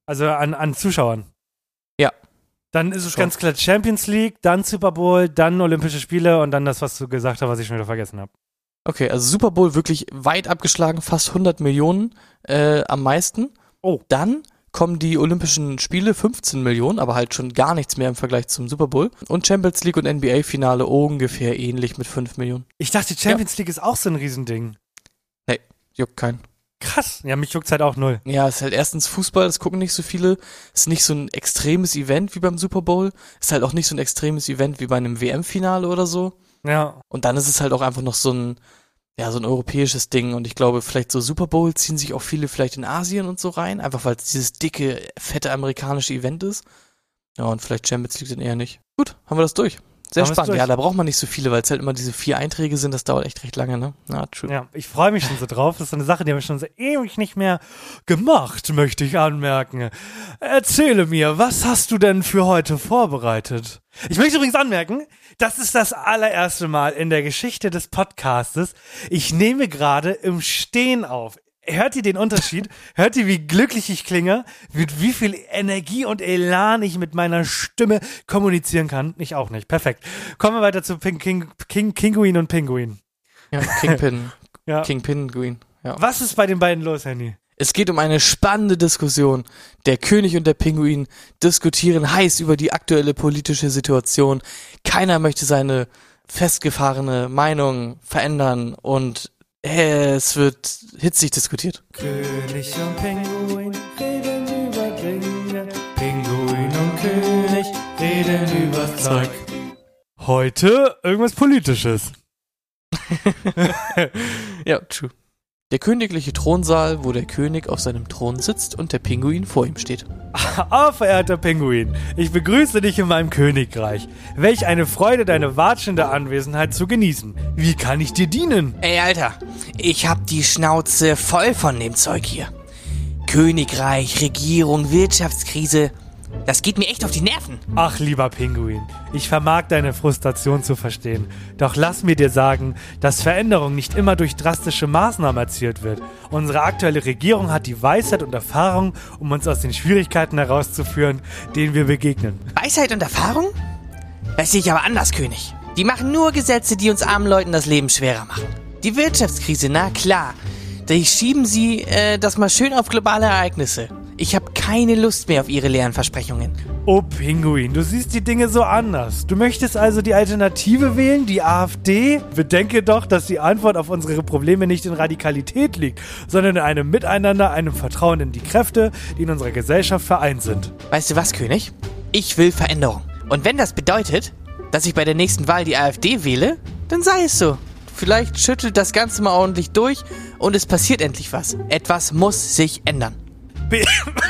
Also an, an Zuschauern. Ja. Dann ist es Schon. ganz klar Champions League, dann Super Bowl, dann Olympische Spiele und dann das, was du gesagt hast, was ich schon wieder vergessen habe. Okay, also Super Bowl wirklich weit abgeschlagen, fast hundert Millionen äh, am meisten. Oh. Dann kommen die Olympischen Spiele, fünfzehn Millionen, aber halt schon gar nichts mehr im Vergleich zum Super Bowl. Und Champions League und N B A-Finale ungefähr ähnlich mit fünf Millionen. Ich dachte, Champions League ist auch so ein Riesending. Nee, juckt keinen. Krass. Ja, mich juckt's halt auch null. Ja, es ist halt erstens Fußball, das gucken nicht so viele. Es ist nicht so ein extremes Event wie beim Super Bowl. Es ist halt auch nicht so ein extremes Event wie bei einem W M-Finale oder so. Ja. Und dann ist es halt auch einfach noch so ein, ja, so ein europäisches Ding. Und ich glaube, vielleicht so Super Bowl ziehen sich auch viele vielleicht in Asien und so rein. Einfach weil es dieses dicke, fette amerikanische Event ist. Ja, und vielleicht Champions League dann eher nicht. Gut, haben wir das durch. Sehr Haben wir's spannend. durch. Ja, da braucht man nicht so viele, weil es halt immer diese vier Einträge sind. Das dauert echt recht lange, ne? Ja, true. Ja, ich freue mich schon so drauf. Das ist so eine Sache, die haben wir schon so ewig nicht mehr gemacht, möchte ich anmerken. Erzähle mir, was hast du denn für heute vorbereitet? Ich möchte übrigens anmerken, das ist das allererste Mal in der Geschichte des Podcastes. Ich nehme gerade im Stehen auf. Hört ihr den Unterschied? Hört ihr, wie glücklich ich klinge? Mit wie viel Energie und Elan ich mit meiner Stimme kommunizieren kann? Ich auch nicht. Perfekt. Kommen wir weiter zu Ping, King, King, Kinguin und Pinguin. Ja, Kingpin. Ja. Kingpin, Green. Ja. Was ist bei den beiden los, Henny? Es geht um eine spannende Diskussion. Der König und der Pinguin diskutieren heiß über die aktuelle politische Situation. Keiner möchte seine festgefahrene Meinung verändern und es wird hitzig diskutiert. König und Pinguin reden über Dinge. Pinguin und König reden über Zeug. Heute irgendwas Politisches. Ja, true. Der königliche Thronsaal, wo der König auf seinem Thron sitzt und der Pinguin vor ihm steht. Ah, verehrter Pinguin, ich begrüße dich in meinem Königreich. Welch eine Freude, deine watschende Anwesenheit zu genießen. Wie kann ich dir dienen? Ey, Alter, ich hab die Schnauze voll von dem Zeug hier. Königreich, Regierung, Wirtschaftskrise. Das geht mir echt auf die Nerven. Ach, lieber Pinguin, ich vermag deine Frustration zu verstehen. Doch lass mir dir sagen, dass Veränderung nicht immer durch drastische Maßnahmen erzielt wird. Unsere aktuelle Regierung hat die Weisheit und Erfahrung, um uns aus den Schwierigkeiten herauszuführen, denen wir begegnen. Weisheit und Erfahrung? Das sehe ich aber anders, König. Die machen nur Gesetze, die uns armen Leuten das Leben schwerer machen. Die Wirtschaftskrise, na klar. Da schieben sie äh, das mal schön auf globale Ereignisse. Ich habe keine Lust mehr auf ihre leeren Versprechungen. Oh Pinguin, du siehst die Dinge so anders. Du möchtest also die Alternative wählen, die AfD? Bedenke doch, dass die Antwort auf unsere Probleme nicht in Radikalität liegt, sondern in einem Miteinander, einem Vertrauen in die Kräfte, die in unserer Gesellschaft vereint sind. Weißt du was, König? Ich will Veränderung. Und wenn das bedeutet, dass ich bei der nächsten Wahl die AfD wähle, dann sei es so. Vielleicht schüttelt das Ganze mal ordentlich durch und es passiert endlich was. Etwas muss sich ändern. Be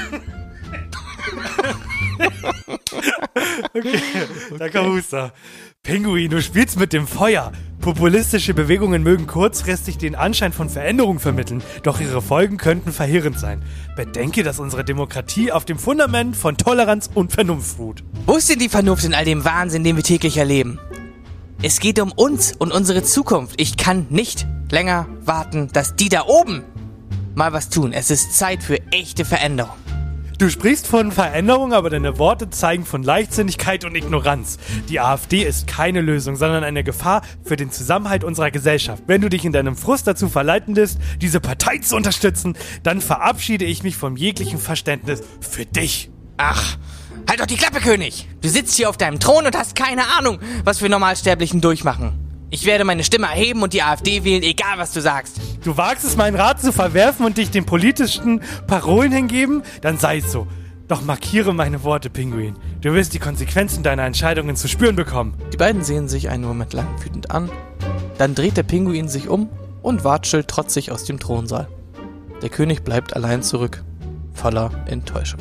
okay, da kam Huster. Pinguin, du spielst mit dem Feuer. Populistische Bewegungen mögen kurzfristig den Anschein von Veränderung vermitteln, doch ihre Folgen könnten verheerend sein. Bedenke, dass unsere Demokratie auf dem Fundament von Toleranz und Vernunft ruht. Wo ist denn die Vernunft in all dem Wahnsinn, den wir täglich erleben? Es geht um uns und unsere Zukunft. Ich kann nicht länger warten, dass die da oben mal was tun. Es ist Zeit für echte Veränderung. Du sprichst von Veränderung, aber deine Worte zeigen von Leichtsinnigkeit und Ignoranz. Die AfD ist keine Lösung, sondern eine Gefahr für den Zusammenhalt unserer Gesellschaft. Wenn du dich in deinem Frust dazu verleiten lässt, diese Partei zu unterstützen, dann verabschiede ich mich von jeglichem Verständnis für dich. Ach, halt doch die Klappe, König! Du sitzt hier auf deinem Thron und hast keine Ahnung, was wir Normalsterblichen durchmachen. Ich werde meine Stimme erheben und die AfD wählen, egal was du sagst. Du wagst es, meinen Rat zu verwerfen und dich den politischen Parolen hingeben? Dann sei es so. Doch markiere meine Worte, Pinguin. Du wirst die Konsequenzen deiner Entscheidungen zu spüren bekommen. Die beiden sehen sich einen Moment lang wütend an. Dann dreht der Pinguin sich um und watschelt trotzig aus dem Thronsaal. Der König bleibt allein zurück, voller Enttäuschung.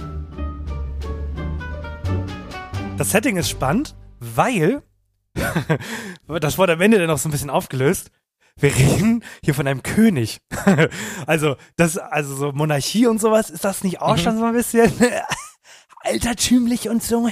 Das Setting ist spannend, weil das wurde am Ende dann noch so ein bisschen aufgelöst. Wir reden hier von einem König. Also, das, also so Monarchie und sowas, ist das nicht auch Mhm. schon so ein bisschen altertümlich und so.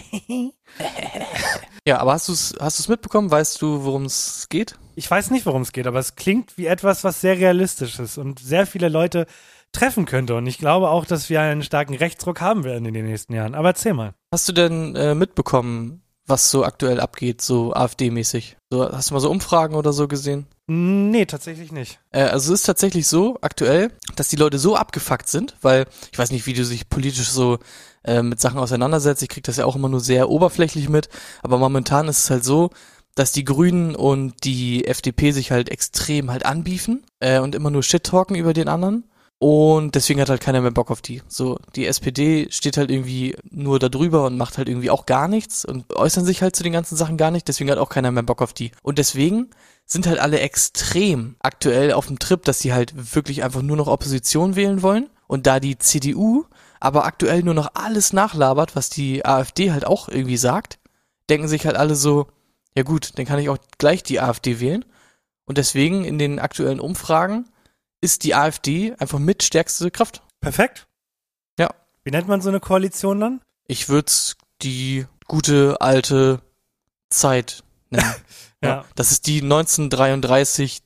Ja, aber hast du es hast du's mitbekommen? Weißt du, worum es geht? Ich weiß nicht, worum es geht, aber es klingt wie etwas, was sehr realistisch ist und sehr viele Leute treffen könnte. Und ich glaube auch, dass wir einen starken Rechtsruck haben werden in den nächsten Jahren. Aber erzähl mal. Hast du denn äh, mitbekommen, was so aktuell abgeht, so AfD-mäßig? So, hast du mal so Umfragen oder so gesehen? Nee, tatsächlich nicht. Äh, also es ist tatsächlich so aktuell, dass die Leute so abgefuckt sind, weil ich weiß nicht, wie du dich politisch so äh, mit Sachen auseinandersetzt. Ich krieg das ja auch immer nur sehr oberflächlich mit. Aber momentan ist es halt so, dass die Grünen und die F D P sich halt extrem halt anbiefen äh, und immer nur Shit-talken über den anderen. Und deswegen hat halt keiner mehr Bock auf die. So, die S P D steht halt irgendwie nur da drüber und macht halt irgendwie auch gar nichts und äußern sich halt zu den ganzen Sachen gar nicht, deswegen hat auch keiner mehr Bock auf die. Und deswegen sind halt alle extrem aktuell auf dem Trip, dass sie halt wirklich einfach nur noch Opposition wählen wollen. Und da die C D U aber aktuell nur noch alles nachlabert, was die AfD halt auch irgendwie sagt, denken sich halt alle so, ja gut, dann kann ich auch gleich die AfD wählen. Und deswegen in den aktuellen Umfragen ist die AfD einfach mit stärkste Kraft. Perfekt. Ja. Wie nennt man so eine Koalition dann? Ich würde die gute alte Zeit nennen. ja. Ja. Das ist die neunzehnhundertdreiunddreißig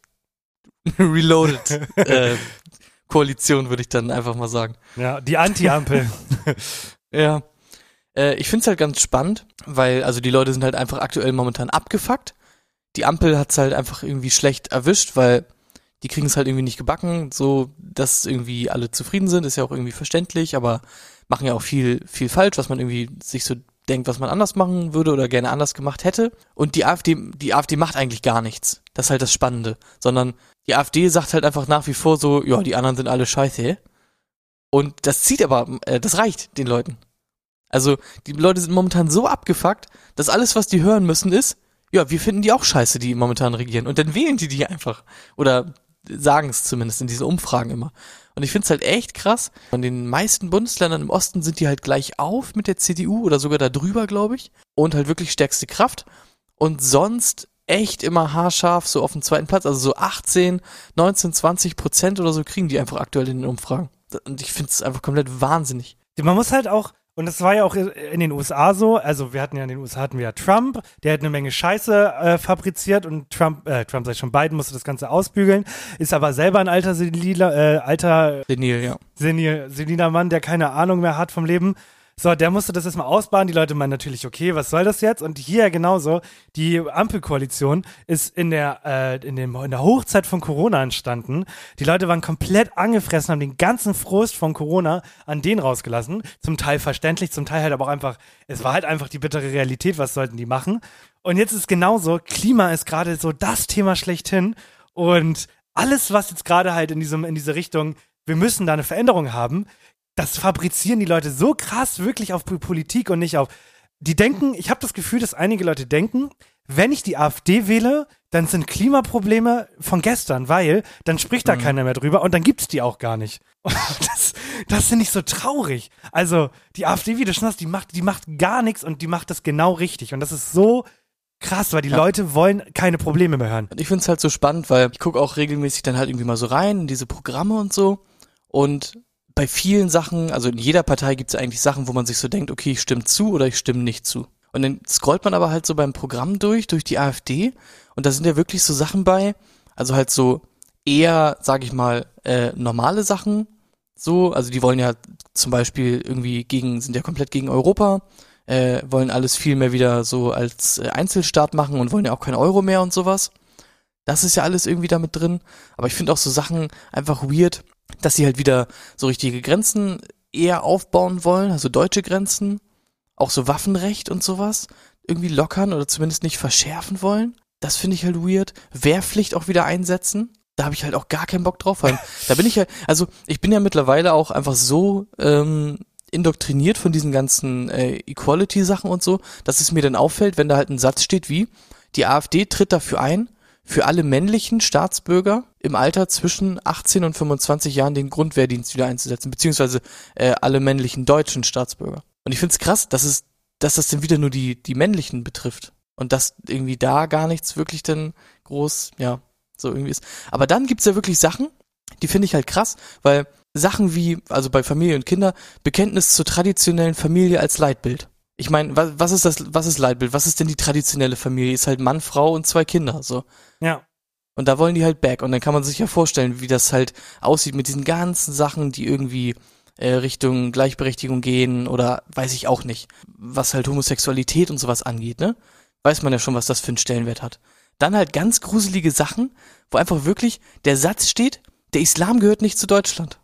Reloaded äh, Koalition, würde ich dann einfach mal sagen. Ja, die Anti-Ampel. Ja. Äh, ich find's halt ganz spannend, weil also die Leute sind halt einfach aktuell momentan abgefuckt. Die Ampel hat's halt einfach irgendwie schlecht erwischt, weil die kriegen es halt irgendwie nicht gebacken, so dass irgendwie alle zufrieden sind, ist ja auch irgendwie verständlich, aber machen ja auch viel viel falsch, was man irgendwie sich so denkt, was man anders machen würde oder gerne anders gemacht hätte. Und die AfD, die AfD macht eigentlich gar nichts. Das ist halt das Spannende. Sondern die AfD sagt halt einfach nach wie vor so, ja, die anderen sind alle scheiße. Und das zieht aber, äh, das reicht den Leuten. Also die Leute sind momentan so abgefuckt, dass alles, was die hören müssen, ist, ja, wir finden die auch scheiße, die momentan regieren. Und dann wählen die die einfach. Oder sagen es zumindest in diesen Umfragen immer. Und ich finde es halt echt krass. Von den meisten Bundesländern im Osten sind die halt gleich auf mit der C D U oder sogar da drüber, glaube ich. Und halt wirklich stärkste Kraft. Und sonst echt immer haarscharf so auf dem zweiten Platz. Also so achtzehn, neunzehn, zwanzig Prozent oder so kriegen die einfach aktuell in den Umfragen. Und ich finde es einfach komplett wahnsinnig. Man muss halt auch, und das war ja auch in den U S A so, also wir hatten ja in den U S A hatten wir ja Trump, der hat eine Menge Scheiße äh, fabriziert und Trump, äh, Trump sei schon Biden, musste das Ganze ausbügeln, ist aber selber ein alter seniler, äh, alter Senil, ja. senil, seniler Mann, der keine Ahnung mehr hat vom Leben. So, der musste das erstmal ausbaden. Die Leute meinen natürlich, okay, was soll das jetzt? Und hier genauso, die Ampelkoalition ist in der, äh, in dem, in der Hochzeit von Corona entstanden. Die Leute waren komplett angefressen, haben den ganzen Frust von Corona an denen rausgelassen. Zum Teil verständlich, zum Teil halt aber auch einfach, es war halt einfach die bittere Realität, was sollten die machen? Und jetzt ist genauso, Klima ist gerade so das Thema schlechthin. Und alles, was jetzt gerade halt in diesem, in diese Richtung, wir müssen da eine Veränderung haben, das fabrizieren die Leute so krass wirklich auf Politik und nicht auf, die denken, ich habe das Gefühl, dass einige Leute denken, wenn ich die AfD wähle, dann sind Klimaprobleme von gestern, weil dann spricht da mhm. keiner mehr drüber und dann gibt's die auch gar nicht. Und das, das finde ich so traurig. Also die AfD, wie du schon hast, die macht, die macht gar nichts und die macht das genau richtig und das ist so krass, weil die ja. Leute wollen keine Probleme mehr hören. Und ich finde es halt so spannend, weil ich gucke auch regelmäßig dann halt irgendwie mal so rein in diese Programme und so und bei vielen Sachen, also in jeder Partei gibt es eigentlich Sachen, wo man sich so denkt, okay, ich stimme zu oder ich stimme nicht zu. Und dann scrollt man aber halt so beim Programm durch, durch die AfD und da sind ja wirklich so Sachen bei, also halt so eher, sag ich mal, äh, normale Sachen, so, also die wollen ja zum Beispiel irgendwie gegen, sind ja komplett gegen Europa, äh, wollen alles viel mehr wieder so als äh, Einzelstaat machen und wollen ja auch kein Euro mehr und sowas. Das ist ja alles irgendwie damit drin, aber ich finde auch so Sachen einfach weird, dass sie halt wieder so richtige Grenzen eher aufbauen wollen, also deutsche Grenzen, auch so Waffenrecht und sowas, irgendwie lockern oder zumindest nicht verschärfen wollen. Das finde ich halt weird. Wehrpflicht auch wieder einsetzen, da habe ich halt auch gar keinen Bock drauf. Weil da bin ich ja, also ich bin ja mittlerweile auch einfach so ähm, indoktriniert von diesen ganzen äh, Equality-Sachen und so, dass es mir dann auffällt, wenn da halt ein Satz steht wie, die AfD tritt dafür ein, für alle männlichen Staatsbürger im Alter zwischen achtzehn und fünfundzwanzig Jahren den Grundwehrdienst wieder einzusetzen, beziehungsweise äh, alle männlichen deutschen Staatsbürger. Und ich finde es krass, dass es, dass das dann wieder nur die die männlichen betrifft und dass irgendwie da gar nichts wirklich dann groß, ja, so irgendwie ist. Aber dann gibt's ja wirklich Sachen, die finde ich halt krass, weil Sachen wie, also bei Familie und Kinder, Bekenntnis zur traditionellen Familie als Leitbild. Ich meine, was, was ist das, was ist Leitbild? Was ist denn die traditionelle Familie? Ist halt Mann, Frau und zwei Kinder, so. Ja. Und da wollen die halt back. Und dann kann man sich ja vorstellen, wie das halt aussieht mit diesen ganzen Sachen, die irgendwie äh, Richtung Gleichberechtigung gehen oder weiß ich auch nicht. Was halt Homosexualität und sowas angeht, ne? Weiß man ja schon, was das für einen Stellenwert hat. Dann halt ganz gruselige Sachen, wo einfach wirklich der Satz steht, der Islam gehört nicht zu Deutschland.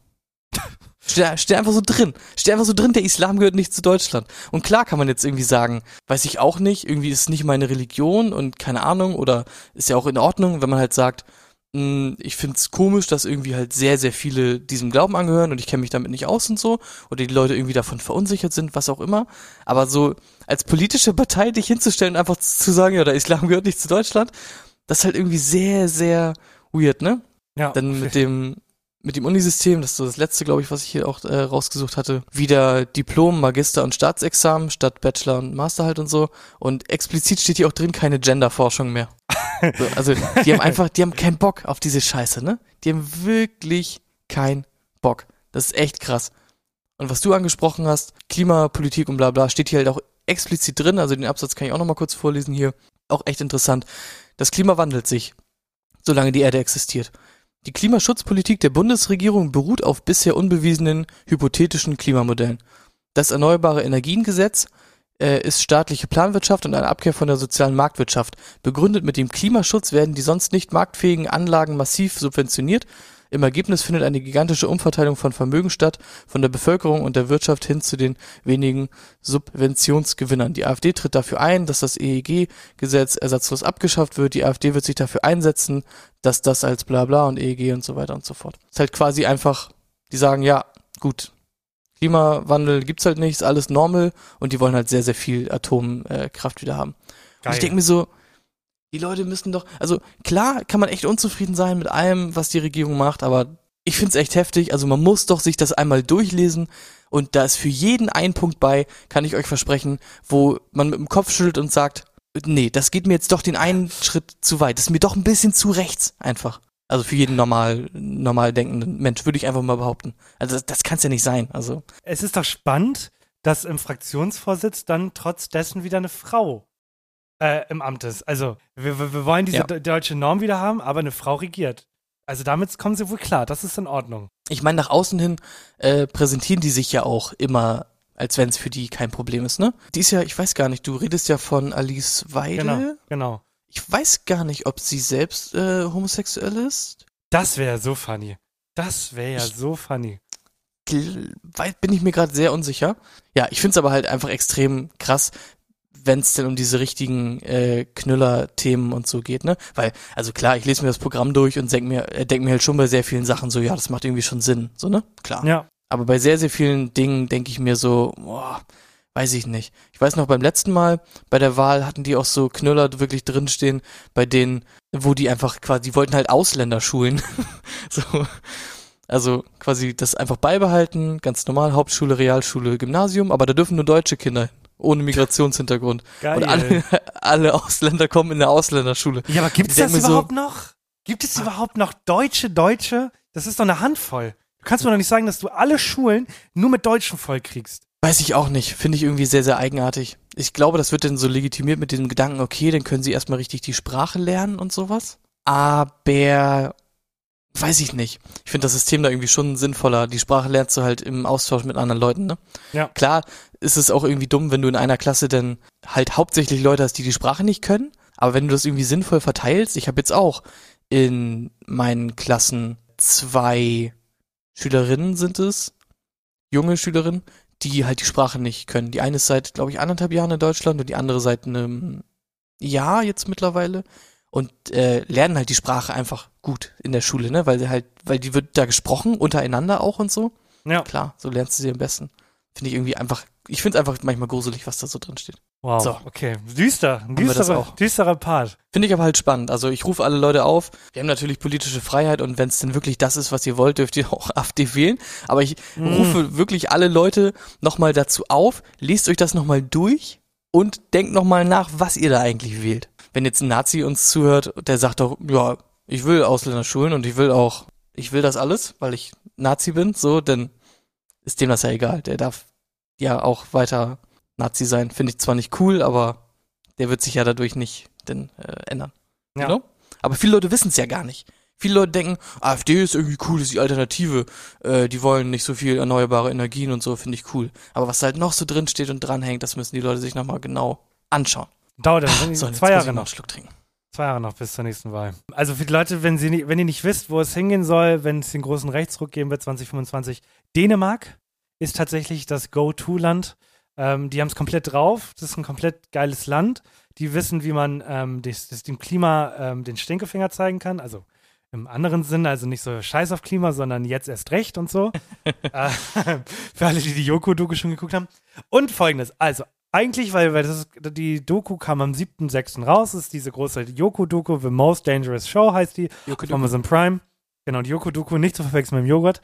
Steht, steht einfach so drin. Steht einfach so drin, der Islam gehört nicht zu Deutschland. Und klar kann man jetzt irgendwie sagen, weiß ich auch nicht, irgendwie ist es nicht meine Religion und keine Ahnung oder ist ja auch in Ordnung, wenn man halt sagt, mh, ich find's komisch, dass irgendwie halt sehr, sehr viele diesem Glauben angehören und ich kenne mich damit nicht aus und so oder die Leute irgendwie davon verunsichert sind, was auch immer. Aber so als politische Partei dich hinzustellen, einfach zu sagen, ja, der Islam gehört nicht zu Deutschland, das ist halt irgendwie sehr, sehr weird, ne? Ja. Dann mit dem mit dem Unisystem, das ist so das letzte, glaube ich, was ich hier auch äh, rausgesucht hatte, wieder Diplom, Magister und Staatsexamen statt Bachelor und Master halt und so. Und explizit steht hier auch drin keine Genderforschung mehr. So, also die haben einfach, die haben keinen Bock auf diese Scheiße, ne? Die haben wirklich keinen Bock. Das ist echt krass. Und was du angesprochen hast, Klimapolitik und bla bla, steht hier halt auch explizit drin, also den Absatz kann ich auch nochmal kurz vorlesen hier. Auch echt interessant. Das Klima wandelt sich, solange die Erde existiert. Die Klimaschutzpolitik der Bundesregierung beruht auf bisher unbewiesenen, hypothetischen Klimamodellen. Das Erneuerbare Energiengesetz äh, ist staatliche Planwirtschaft und eine Abkehr von der sozialen Marktwirtschaft. Begründet mit dem Klimaschutz werden die sonst nicht marktfähigen Anlagen massiv subventioniert. Im Ergebnis findet eine gigantische Umverteilung von Vermögen statt, von der Bevölkerung und der Wirtschaft hin zu den wenigen Subventionsgewinnern. Die AfD tritt dafür ein, dass das E E G-Gesetz ersatzlos abgeschafft wird. Die AfD wird sich dafür einsetzen, dass das als Blabla und E E G und so weiter und so fort. Es ist halt quasi einfach, die sagen, ja, gut, Klimawandel gibt's halt nicht, ist alles normal und die wollen halt sehr, sehr viel Atomkraft wieder haben. Und ich denke mir so, die Leute müssen doch, also klar kann man echt unzufrieden sein mit allem, was die Regierung macht, aber ich find's echt heftig, also man muss doch sich das einmal durchlesen und da ist für jeden ein Punkt bei, kann ich euch versprechen, wo man mit dem Kopf schüttelt und sagt, nee, das geht mir jetzt doch den einen Schritt zu weit, das ist mir doch ein bisschen zu rechts einfach. Also für jeden normal, normal denkenden Mensch, würde ich einfach mal behaupten. Also das, das kann's ja nicht sein, also. Es ist doch spannend, dass im Fraktionsvorsitz dann trotz dessen wieder eine Frau Äh, im Amt ist. Also, wir, wir, wir wollen diese Ja. de- deutsche Norm wieder haben, aber eine Frau regiert. Also damit kommen sie wohl klar, das ist in Ordnung. Ich meine, nach außen hin äh, präsentieren die sich ja auch immer, als wenn es für die kein Problem ist, ne? Die ist ja, ich weiß gar nicht, du redest ja von Alice Weidel. Genau, genau. Ich weiß gar nicht, ob sie selbst äh, homosexuell ist. Das wäre so funny. Das wäre ja Ich- so funny. Gl- wei- Bin ich mir gerade sehr unsicher. Ja, ich find's aber halt einfach extrem krass, wenn es denn um diese richtigen äh, Knüller-Themen und so geht, ne? Weil, also klar, ich lese mir das Programm durch und denk mir, äh, denk mir halt schon bei sehr vielen Sachen so, ja, das macht irgendwie schon Sinn, so, ne? Klar. Ja. Aber bei sehr, sehr vielen Dingen denke ich mir so, boah, weiß ich nicht. Ich weiß noch, beim letzten Mal bei der Wahl hatten die auch so Knüller wirklich drinstehen, bei denen, wo die einfach quasi, die wollten halt Ausländer schulen. so. Also quasi das einfach beibehalten, ganz normal, Hauptschule, Realschule, Gymnasium, aber da dürfen nur deutsche Kinder hin, ohne Migrationshintergrund. Geil. Und alle, alle Ausländer kommen in der Ausländerschule. Ja, aber gibt es Ich denk das mir so- überhaupt noch? Gibt es überhaupt noch deutsche Deutsche? Das ist doch eine Handvoll. Du kannst mir doch nicht sagen, dass du alle Schulen nur mit Deutschen vollkriegst. Weiß ich auch nicht. Finde ich irgendwie sehr, sehr eigenartig. Ich glaube, das wird dann so legitimiert mit diesem Gedanken, okay, dann können sie erstmal richtig die Sprache lernen und sowas. Aber weiß ich nicht. Ich finde das System da irgendwie schon sinnvoller. Die Sprache lernst du halt im Austausch mit anderen Leuten, ne? Ja. Klar ist es auch irgendwie dumm, wenn du in einer Klasse dann halt hauptsächlich Leute hast, die die Sprache nicht können. Aber wenn du das irgendwie sinnvoll verteilst, ich habe jetzt auch in meinen Klassen zwei Schülerinnen sind es, junge Schülerinnen, die halt die Sprache nicht können. Die eine ist seit, glaube ich, anderthalb Jahren in Deutschland und die andere seit einem Jahr jetzt mittlerweile und äh, lernen halt die Sprache einfach gut in der Schule, ne? Weil sie halt, weil die wird da gesprochen, untereinander auch und so. Ja. Klar, so lernst du sie am besten. Finde ich irgendwie einfach, ich finde es einfach manchmal gruselig, was da so drin steht. Wow. So. Okay. Düster. Ein wir das düsterer, auch. düsterer Part. Finde ich aber halt spannend. Also ich rufe alle Leute auf. Wir haben natürlich politische Freiheit und wenn es denn wirklich das ist, was ihr wollt, dürft ihr auch AfD wählen. Aber ich Mm. rufe wirklich alle Leute nochmal dazu auf. Lest euch das nochmal durch und denkt nochmal nach, was ihr da eigentlich wählt. Wenn jetzt ein Nazi uns zuhört, der sagt doch, ja, ich will Ausländer schulen und ich will auch, ich will das alles, weil ich Nazi bin, so, dann ist dem das ja egal. Der darf ja auch weiter Nazi sein. Finde ich zwar nicht cool, aber der wird sich ja dadurch nicht denn, äh, ändern. Ja. Genau? Aber viele Leute wissen es ja gar nicht. Viele Leute denken, AfD ist irgendwie cool, das ist die Alternative. Äh, die wollen nicht so viel erneuerbare Energien und so, finde ich cool. Aber was halt noch so drin steht und dranhängt, das müssen die Leute sich nochmal genau anschauen. Dauert dann So, zwei Jahre noch noch. einen Schluck trinken. Zwei Jahre noch bis zur nächsten Wahl. Also für die Leute, wenn, sie nie, wenn ihr nicht wisst, wo es hingehen soll, wenn es den großen Rechtsruck geben wird, zwanzig fünfundzwanzig, Dänemark ist tatsächlich das Go-To-Land. Ähm, die haben es komplett drauf. Das ist ein komplett geiles Land. Die wissen, wie man ähm, das, das dem Klima ähm, den Stinkefinger zeigen kann. Also im anderen Sinn, also nicht so scheiß auf Klima, sondern jetzt erst recht und so. äh, für alle, die die Yoko-Doku schon geguckt haben. Und folgendes, also eigentlich, weil, weil das ist, die Doku kam am siebten sechsten raus, ist diese große Yoko-Doku, The Most Dangerous Show heißt die, auf Amazon Prime. Genau, die Yoko-Doku, nicht zu verwechseln mit dem Joghurt.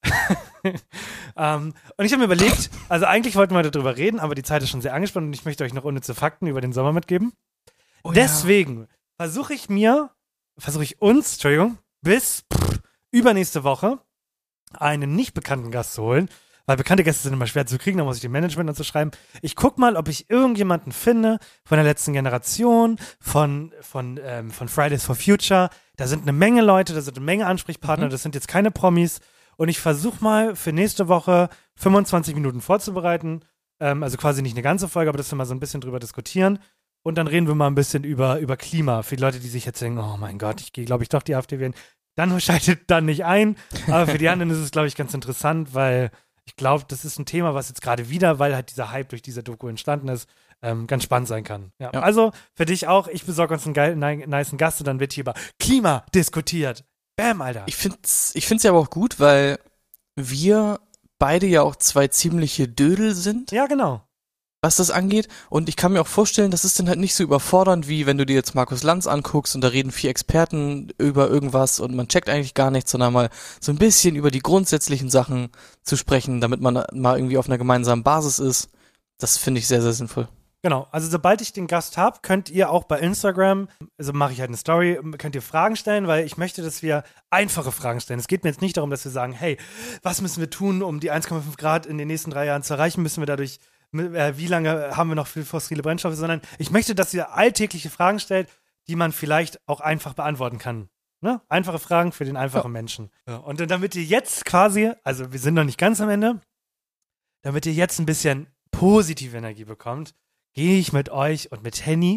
um, und ich habe mir überlegt, also eigentlich wollten wir darüber reden, aber die Zeit ist schon sehr angespannt und ich möchte euch noch unnütze Fakten über den Sommer mitgeben. Oh, Deswegen ja. versuche ich mir, versuche ich uns, Entschuldigung, bis pff, übernächste Woche einen nicht bekannten Gast zu holen, weil bekannte Gäste sind immer schwer zu kriegen, da muss ich dem Management dazu schreiben. Ich guck mal, ob ich irgendjemanden finde von der letzten Generation, von, von, ähm, von Fridays for Future. Da sind eine Menge Leute, da sind eine Menge Ansprechpartner, mhm. das sind jetzt keine Promis. Und ich versuche mal für nächste Woche fünfundzwanzig Minuten vorzubereiten. Ähm, also quasi nicht eine ganze Folge, aber dass wir mal so ein bisschen drüber diskutieren. Und dann reden wir mal ein bisschen über, über Klima. Für die Leute, die sich jetzt denken, oh mein Gott, ich gehe, glaube ich, doch die AfD wählen. Dann schaltet dann nicht ein. Aber für die anderen ist es, glaube ich, ganz interessant, weil ich glaube, das ist ein Thema, was jetzt gerade wieder, weil halt dieser Hype durch diese Doku entstanden ist, ähm, ganz spannend sein kann. Ja. Ja. Also für dich auch, ich besorge uns einen geilen, nicen Gast und dann wird hier über Klima diskutiert. Bam, Alter. Ich find's, ich find's ja aber auch gut, weil wir beide ja auch zwei ziemliche Dödel sind. Ja, genau. Was das angeht. Und ich kann mir auch vorstellen, das ist dann halt nicht so überfordernd, wie wenn du dir jetzt Markus Lanz anguckst und da reden vier Experten über irgendwas und man checkt eigentlich gar nichts, sondern mal so ein bisschen über die grundsätzlichen Sachen zu sprechen, damit man mal irgendwie auf einer gemeinsamen Basis ist. Das finde ich sehr, sehr sinnvoll. Genau, also sobald ich den Gast habe, könnt ihr auch bei Instagram, also mache ich halt eine Story, könnt ihr Fragen stellen, weil ich möchte, dass wir einfache Fragen stellen. Es geht mir jetzt nicht darum, dass wir sagen, hey, was müssen wir tun, um die eins Komma fünf Grad in den nächsten drei Jahren zu erreichen? Müssen wir dadurch, äh, wie lange haben wir noch für fossile Brennstoffe? Sondern ich möchte, dass ihr alltägliche Fragen stellt, die man vielleicht auch einfach beantworten kann. Ne? Einfache Fragen für den einfachen ja. Menschen. Ja. Und damit ihr jetzt quasi, also wir sind noch nicht ganz am Ende, damit ihr jetzt ein bisschen positive Energie bekommt, gehe ich mit euch und mit Henny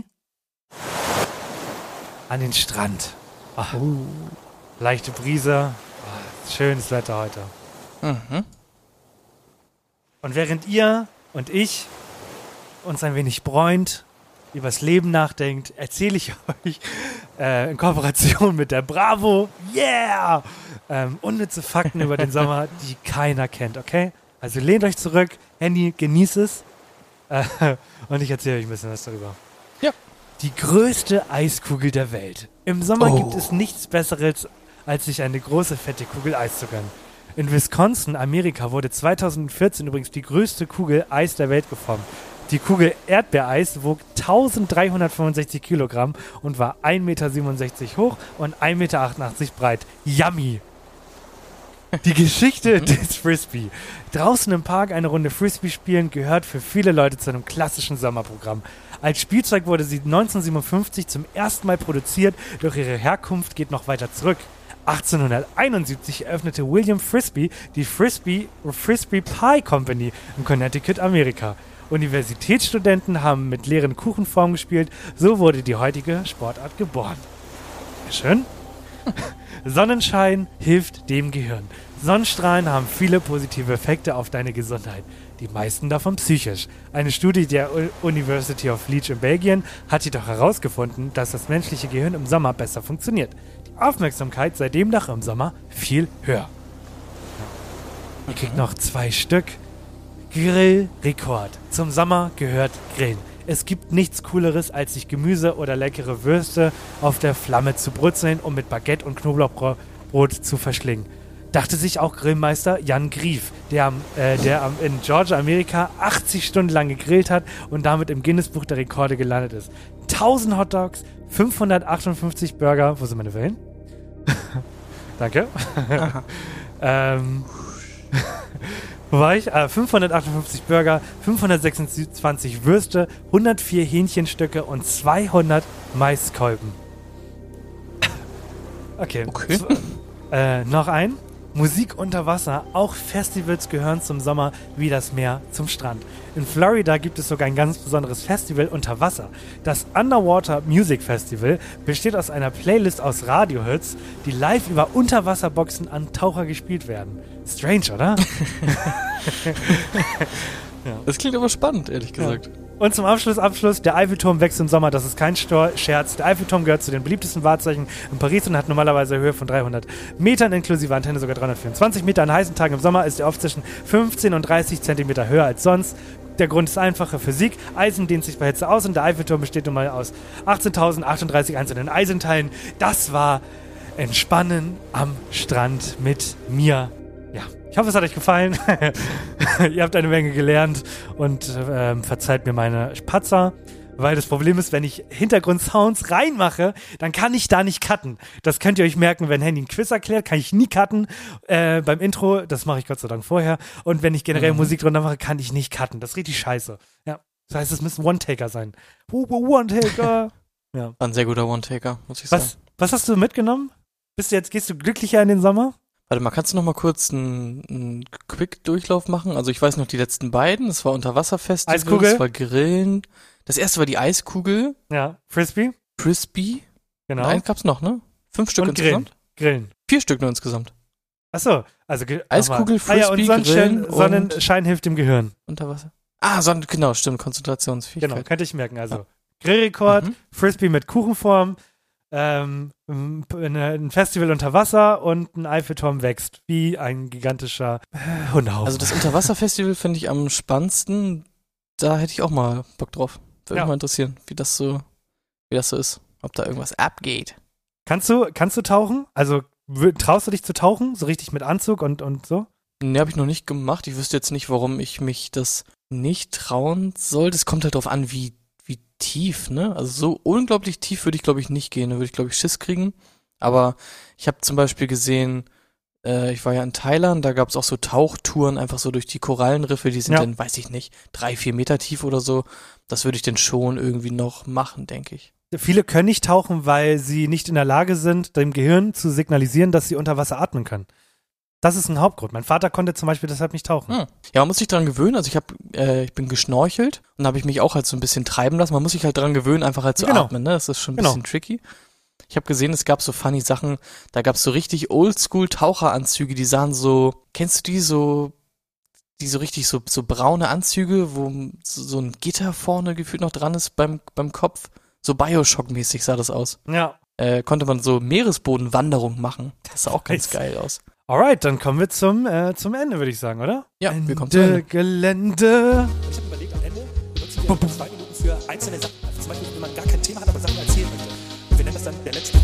an den Strand. Ach, oh. Leichte Brise, oh, schönes Wetter heute. Mhm. Und während ihr und ich uns ein wenig bräunt, übers Leben nachdenkt, erzähle ich euch äh, in Kooperation mit der Bravo, yeah, ähm, unnütze Fakten über den Sommer, die keiner kennt, okay? Also lehnt euch zurück, Henny, genießt es. Äh, und ich erzähle euch ein bisschen was darüber. Ja. Die größte Eiskugel der Welt. Im Sommer oh. gibt es nichts Besseres, als sich eine große, fette Kugel Eis zu gönnen. In Wisconsin, Amerika, wurde zweitausendvierzehn übrigens die größte Kugel Eis der Welt geformt. Die Kugel Erdbeereis wog eintausenddreihundertfünfundsechzig Kilogramm und war ein Meter siebenundsechzig hoch und ein Meter achtundachtzig breit. Yummy! Die Geschichte des Frisbee. Draußen im Park eine Runde Frisbee spielen gehört für viele Leute zu einem klassischen Sommerprogramm. Als Spielzeug wurde sie neunzehnhundertsiebenundfünfzig zum ersten Mal produziert, doch ihre Herkunft geht noch weiter zurück. achtzehnhunderteinundsiebzig eröffnete William Frisbee die Frisbee Frisbee Pie Company in Connecticut, Amerika. Universitätsstudenten haben mit leeren Kuchenformen gespielt, so wurde die heutige Sportart geboren. Schön. Sonnenschein hilft dem Gehirn. Sonnenstrahlen haben viele positive Effekte auf deine Gesundheit. Die meisten davon psychisch. Eine Studie der University of Leeds in Belgien hat jedoch herausgefunden, dass das menschliche Gehirn im Sommer besser funktioniert. Die Aufmerksamkeit sei demnach im Sommer viel höher. Ihr kriegt noch zwei Stück. Grillrekord. Zum Sommer gehört Grillen. Es gibt nichts Cooleres, als sich Gemüse oder leckere Würste auf der Flamme zu brutzeln und mit Baguette und Knoblauchbrot zu verschlingen. Dachte sich auch Grillmeister Jan Grief, der, äh, der in Georgia, Amerika, achtzig Stunden lang gegrillt hat und damit im Guinness-Buch der Rekorde gelandet ist. tausend Hotdogs, fünfhundertachtundfünfzig Burger, wo sind meine Wellen? Danke. Ähm, wo war ich? Äh, fünfhundertachtundfünfzig Burger, fünfhundertsechsundzwanzig Würste, hundertvier Hähnchenstücke und zweihundert Maiskolben. Okay. Okay. Z- äh, noch ein. Musik unter Wasser. Auch Festivals gehören zum Sommer wie das Meer zum Strand. In Florida gibt es sogar ein ganz besonderes Festival unter Wasser. Das Underwater Music Festival besteht aus einer Playlist aus Radiohits, die live über Unterwasserboxen an Taucher gespielt werden. Strange, oder? Das klingt aber spannend, ehrlich gesagt. Und zum Abschluss, Abschluss, der Eiffelturm wächst im Sommer, das ist kein Stor- Scherz. Der Eiffelturm gehört zu den beliebtesten Wahrzeichen in Paris und hat normalerweise eine Höhe von dreihundert Metern, inklusive Antenne sogar dreihundertvierundzwanzig Meter. An heißen Tagen im Sommer ist er oft zwischen fünfzehn und dreißig Zentimeter höher als sonst. Der Grund ist einfache Physik. Eisen dehnt sich bei Hitze aus und der Eiffelturm besteht nun mal aus achtzehntausendachtunddreißig einzelnen Eisenteilen. Das war Entspannen am Strand mit mir. Ja, ich hoffe, es hat euch gefallen. Ihr habt eine Menge gelernt und ähm, verzeiht mir meine Patzer, weil das Problem ist, wenn ich Hintergrundsounds reinmache, dann kann ich da nicht cutten. Das könnt ihr euch merken, wenn Handy einen Quiz erklärt, kann ich nie cutten. Äh, beim Intro, das mache ich Gott sei Dank vorher. Und wenn ich generell mhm. Musik drunter mache, kann ich nicht cutten. Das ist richtig scheiße. Ja, das heißt, es müssen One-Taker sein. One-Taker. Ja. Ein sehr guter One-Taker, muss ich was, sagen. Was hast du mitgenommen? Bist du jetzt, gehst du glücklicher in den Sommer? Warte mal, kannst du noch mal kurz einen, einen Quick-Durchlauf machen? Also ich weiß noch die letzten beiden. Das war Unterwasserfestival, Eiskugel. das war Grillen. Das erste war die Eiskugel. Ja, Frisbee. Frisbee. Genau. Und eins gab's noch, ne? Fünf Stück und insgesamt? Grillen. Grillen. Vier Stück nur insgesamt. Achso, also Ge- Eiskugel, ah, ja, und Frisbee, Sonnenschein, Grillen Sonnenschein hilft dem Gehirn. Unterwasser. Ah, Sonne, genau, stimmt, Konzentrationsfähigkeit. Genau, könnte ich merken. Also ja. Grillrekord, Mhm. Frisbee mit Kuchenform, ähm, ein Festival unter Wasser und ein Eiffelturm wächst wie ein gigantischer äh, Hundehaufen. Also das Unterwasserfestival finde ich am spannendsten. Da hätte ich auch mal Bock drauf. Würde Ja. mich mal interessieren, wie das so, wie das so ist. Ob da irgendwas abgeht. Kannst du, kannst du tauchen? Also w- traust du dich zu tauchen? So richtig mit Anzug und, und so? Ne, habe ich noch nicht gemacht. Ich wüsste jetzt nicht, warum ich mich das nicht trauen soll. Das kommt halt drauf an, wie, wie tief, ne? Also so unglaublich tief würde ich, glaube ich, nicht gehen. Da würde ich, glaube ich, Schiss kriegen. Aber ich habe zum Beispiel gesehen, äh, ich war ja in Thailand, da gab es auch so Tauchtouren, einfach so durch die Korallenriffe, die sind Ja. dann, weiß ich nicht, drei, vier Meter tief oder so. Das würde ich dann schon irgendwie noch machen, denke ich. Viele können nicht tauchen, weil sie nicht in der Lage sind, dem Gehirn zu signalisieren, dass sie unter Wasser atmen können. Das ist ein Hauptgrund. Mein Vater konnte zum Beispiel deshalb nicht tauchen. Hm. Ja, man muss sich dran gewöhnen. Also ich habe, äh, ich bin geschnorchelt und habe ich mich auch halt so ein bisschen treiben lassen. Man muss sich halt dran gewöhnen, einfach halt zu Genau. atmen. Ne? Das ist schon ein Genau. bisschen tricky. Ich habe gesehen, es gab so funny Sachen. Da gab es so richtig Oldschool-Taucheranzüge, die sahen so, kennst du die so, die so richtig so so braune Anzüge, wo so, so ein Gitter vorne gefühlt noch dran ist beim beim Kopf. So Bioshock-mäßig sah das aus. Ja. Äh, konnte man so Meeresbodenwanderung machen. Das sah auch ganz Nice. geil aus. Alright, dann kommen wir zum, äh, zum Ende, würde ich sagen, oder? Ja, Ende wir kommen zum Ende. Gelände. Ich habe überlegt, am Ende benutzen wir ja zwei Minuten für einzelne Sachen. Also zum Beispiel, wenn man gar kein Thema hat, aber Sachen erzählen möchte. Und wir nennen das dann der letzte.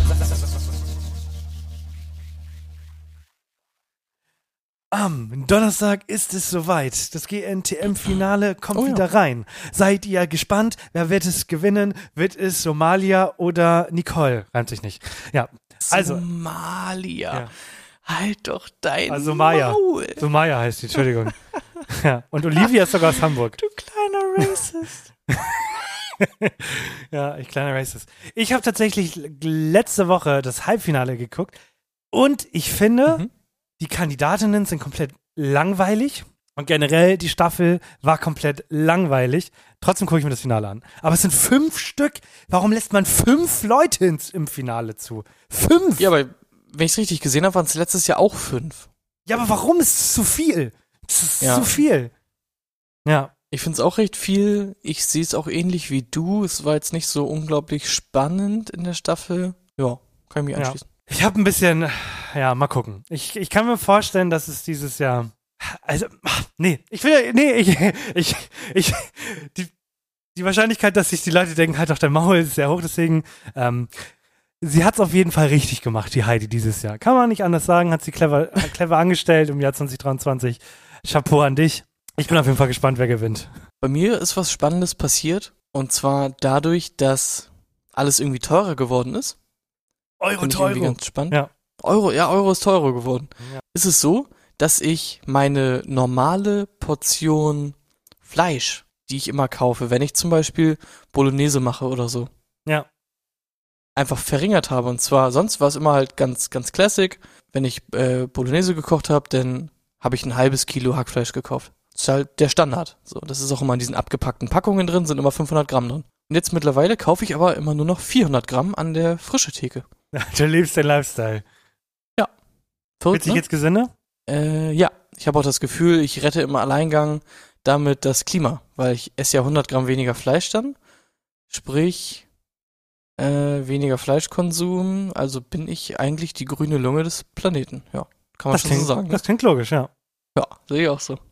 Am Donnerstag ist es soweit. Das G N T M-Finale kommt Oh ja. wieder rein. Seid ihr gespannt? Wer wird es gewinnen? Wird es Somalia oder Nicole? Reimt sich nicht. Ja, also, Somalia. Ja. Halt doch dein also Maya. Maul. Somaya heißt die, Entschuldigung. Ja, und Olivia ist sogar aus Hamburg. Du kleiner Racist. Ja, ich kleiner Racist. Ich habe tatsächlich letzte Woche das Halbfinale geguckt und ich finde, Mhm. die Kandidatinnen sind komplett langweilig und generell die Staffel war komplett langweilig. Trotzdem gucke ich mir das Finale an. Aber es sind fünf Stück. Warum lässt man fünf Leute ins, im Finale zu? Fünf? Ja, aber wenn ich es richtig gesehen habe, waren es letztes Jahr auch fünf. Ja, aber warum ist es zu viel? Es ist Ja. zu viel. Ja. Ich finde es auch recht viel. Ich sehe es auch ähnlich wie du. Es war jetzt nicht so unglaublich spannend in der Staffel. Ja, kann ich mich Ja. anschließen. Ich habe ein bisschen, ja, mal gucken. Ich, ich kann mir vorstellen, dass es dieses Jahr, also, nee, ich will, nee, ich, ich, ich, die, die Wahrscheinlichkeit, dass sich die Leute denken, halt doch dein Maul, ist sehr hoch, deswegen, ähm, sie hat es auf jeden Fall richtig gemacht, die Heidi, dieses Jahr. Kann man nicht anders sagen, hat sie clever, clever angestellt im Jahr zwanzig dreiundzwanzig. Chapeau an dich. Ich bin auf jeden Fall gespannt, wer gewinnt. Bei mir ist was Spannendes passiert. Und zwar dadurch, dass alles irgendwie teurer geworden ist. Euro, Finde ich irgendwie ganz spannend. Ja. Euro, ja, Euro ist teurer geworden. Ja. Ist es so, dass ich meine normale Portion Fleisch, die ich immer kaufe, wenn ich zum Beispiel Bolognese mache oder so, Ja. einfach verringert habe. Und zwar, sonst war es immer halt ganz, ganz classic. Wenn ich äh, Bolognese gekocht habe, dann habe ich ein halbes Kilo Hackfleisch gekauft. Das ist halt der Standard. So, das ist auch immer in diesen abgepackten Packungen drin, sind immer fünfhundert Gramm drin. Und jetzt mittlerweile kaufe ich aber immer nur noch vierhundert Gramm an der frische Theke. Du lebst den Lifestyle. Verrückt, Fühlt sich ne? jetzt gesünder? Äh, ja, ich habe auch das Gefühl, ich rette im Alleingang damit das Klima, weil ich esse ja hundert Gramm weniger Fleisch dann. Sprich, äh, weniger Fleischkonsum, also bin ich eigentlich die grüne Lunge des Planeten. Ja, kann man Das schon klingt, so sagen. Ne? das klingt logisch, ja. Ja, sehe ich auch so.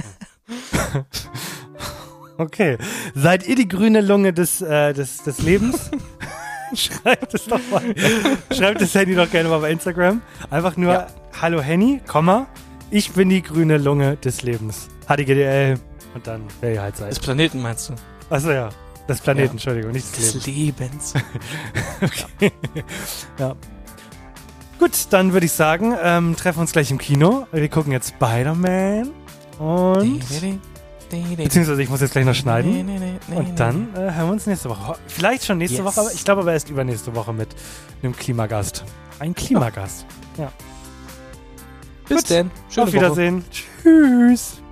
Okay. Seid ihr die grüne Lunge des, äh, des, des Lebens? Schreibt es doch mal. Schreibt das Henny doch gerne mal bei Instagram. Einfach nur, Ja. hallo Henny, Komma, ich bin die grüne Lunge des Lebens. H D G D L und dann, wer ihr halt Des seid. Planeten meinst du? Achso, ja. Das Planeten, Ja. Entschuldigung, nicht des Des Lebens. Lebens. Ja. Gut, dann würde ich sagen, ähm, treffen wir uns gleich im Kino. Wir gucken jetzt Spider-Man und... Beziehungsweise ich muss jetzt gleich noch schneiden. Und dann äh, hören wir uns nächste Woche. Vielleicht schon nächste Yes. Woche, aber ich glaube aber erst übernächste Woche mit einem Klimagast. Ein Klimagast. Bis Gut. denn. Schöne Auf Woche. Wiedersehen. Tschüss.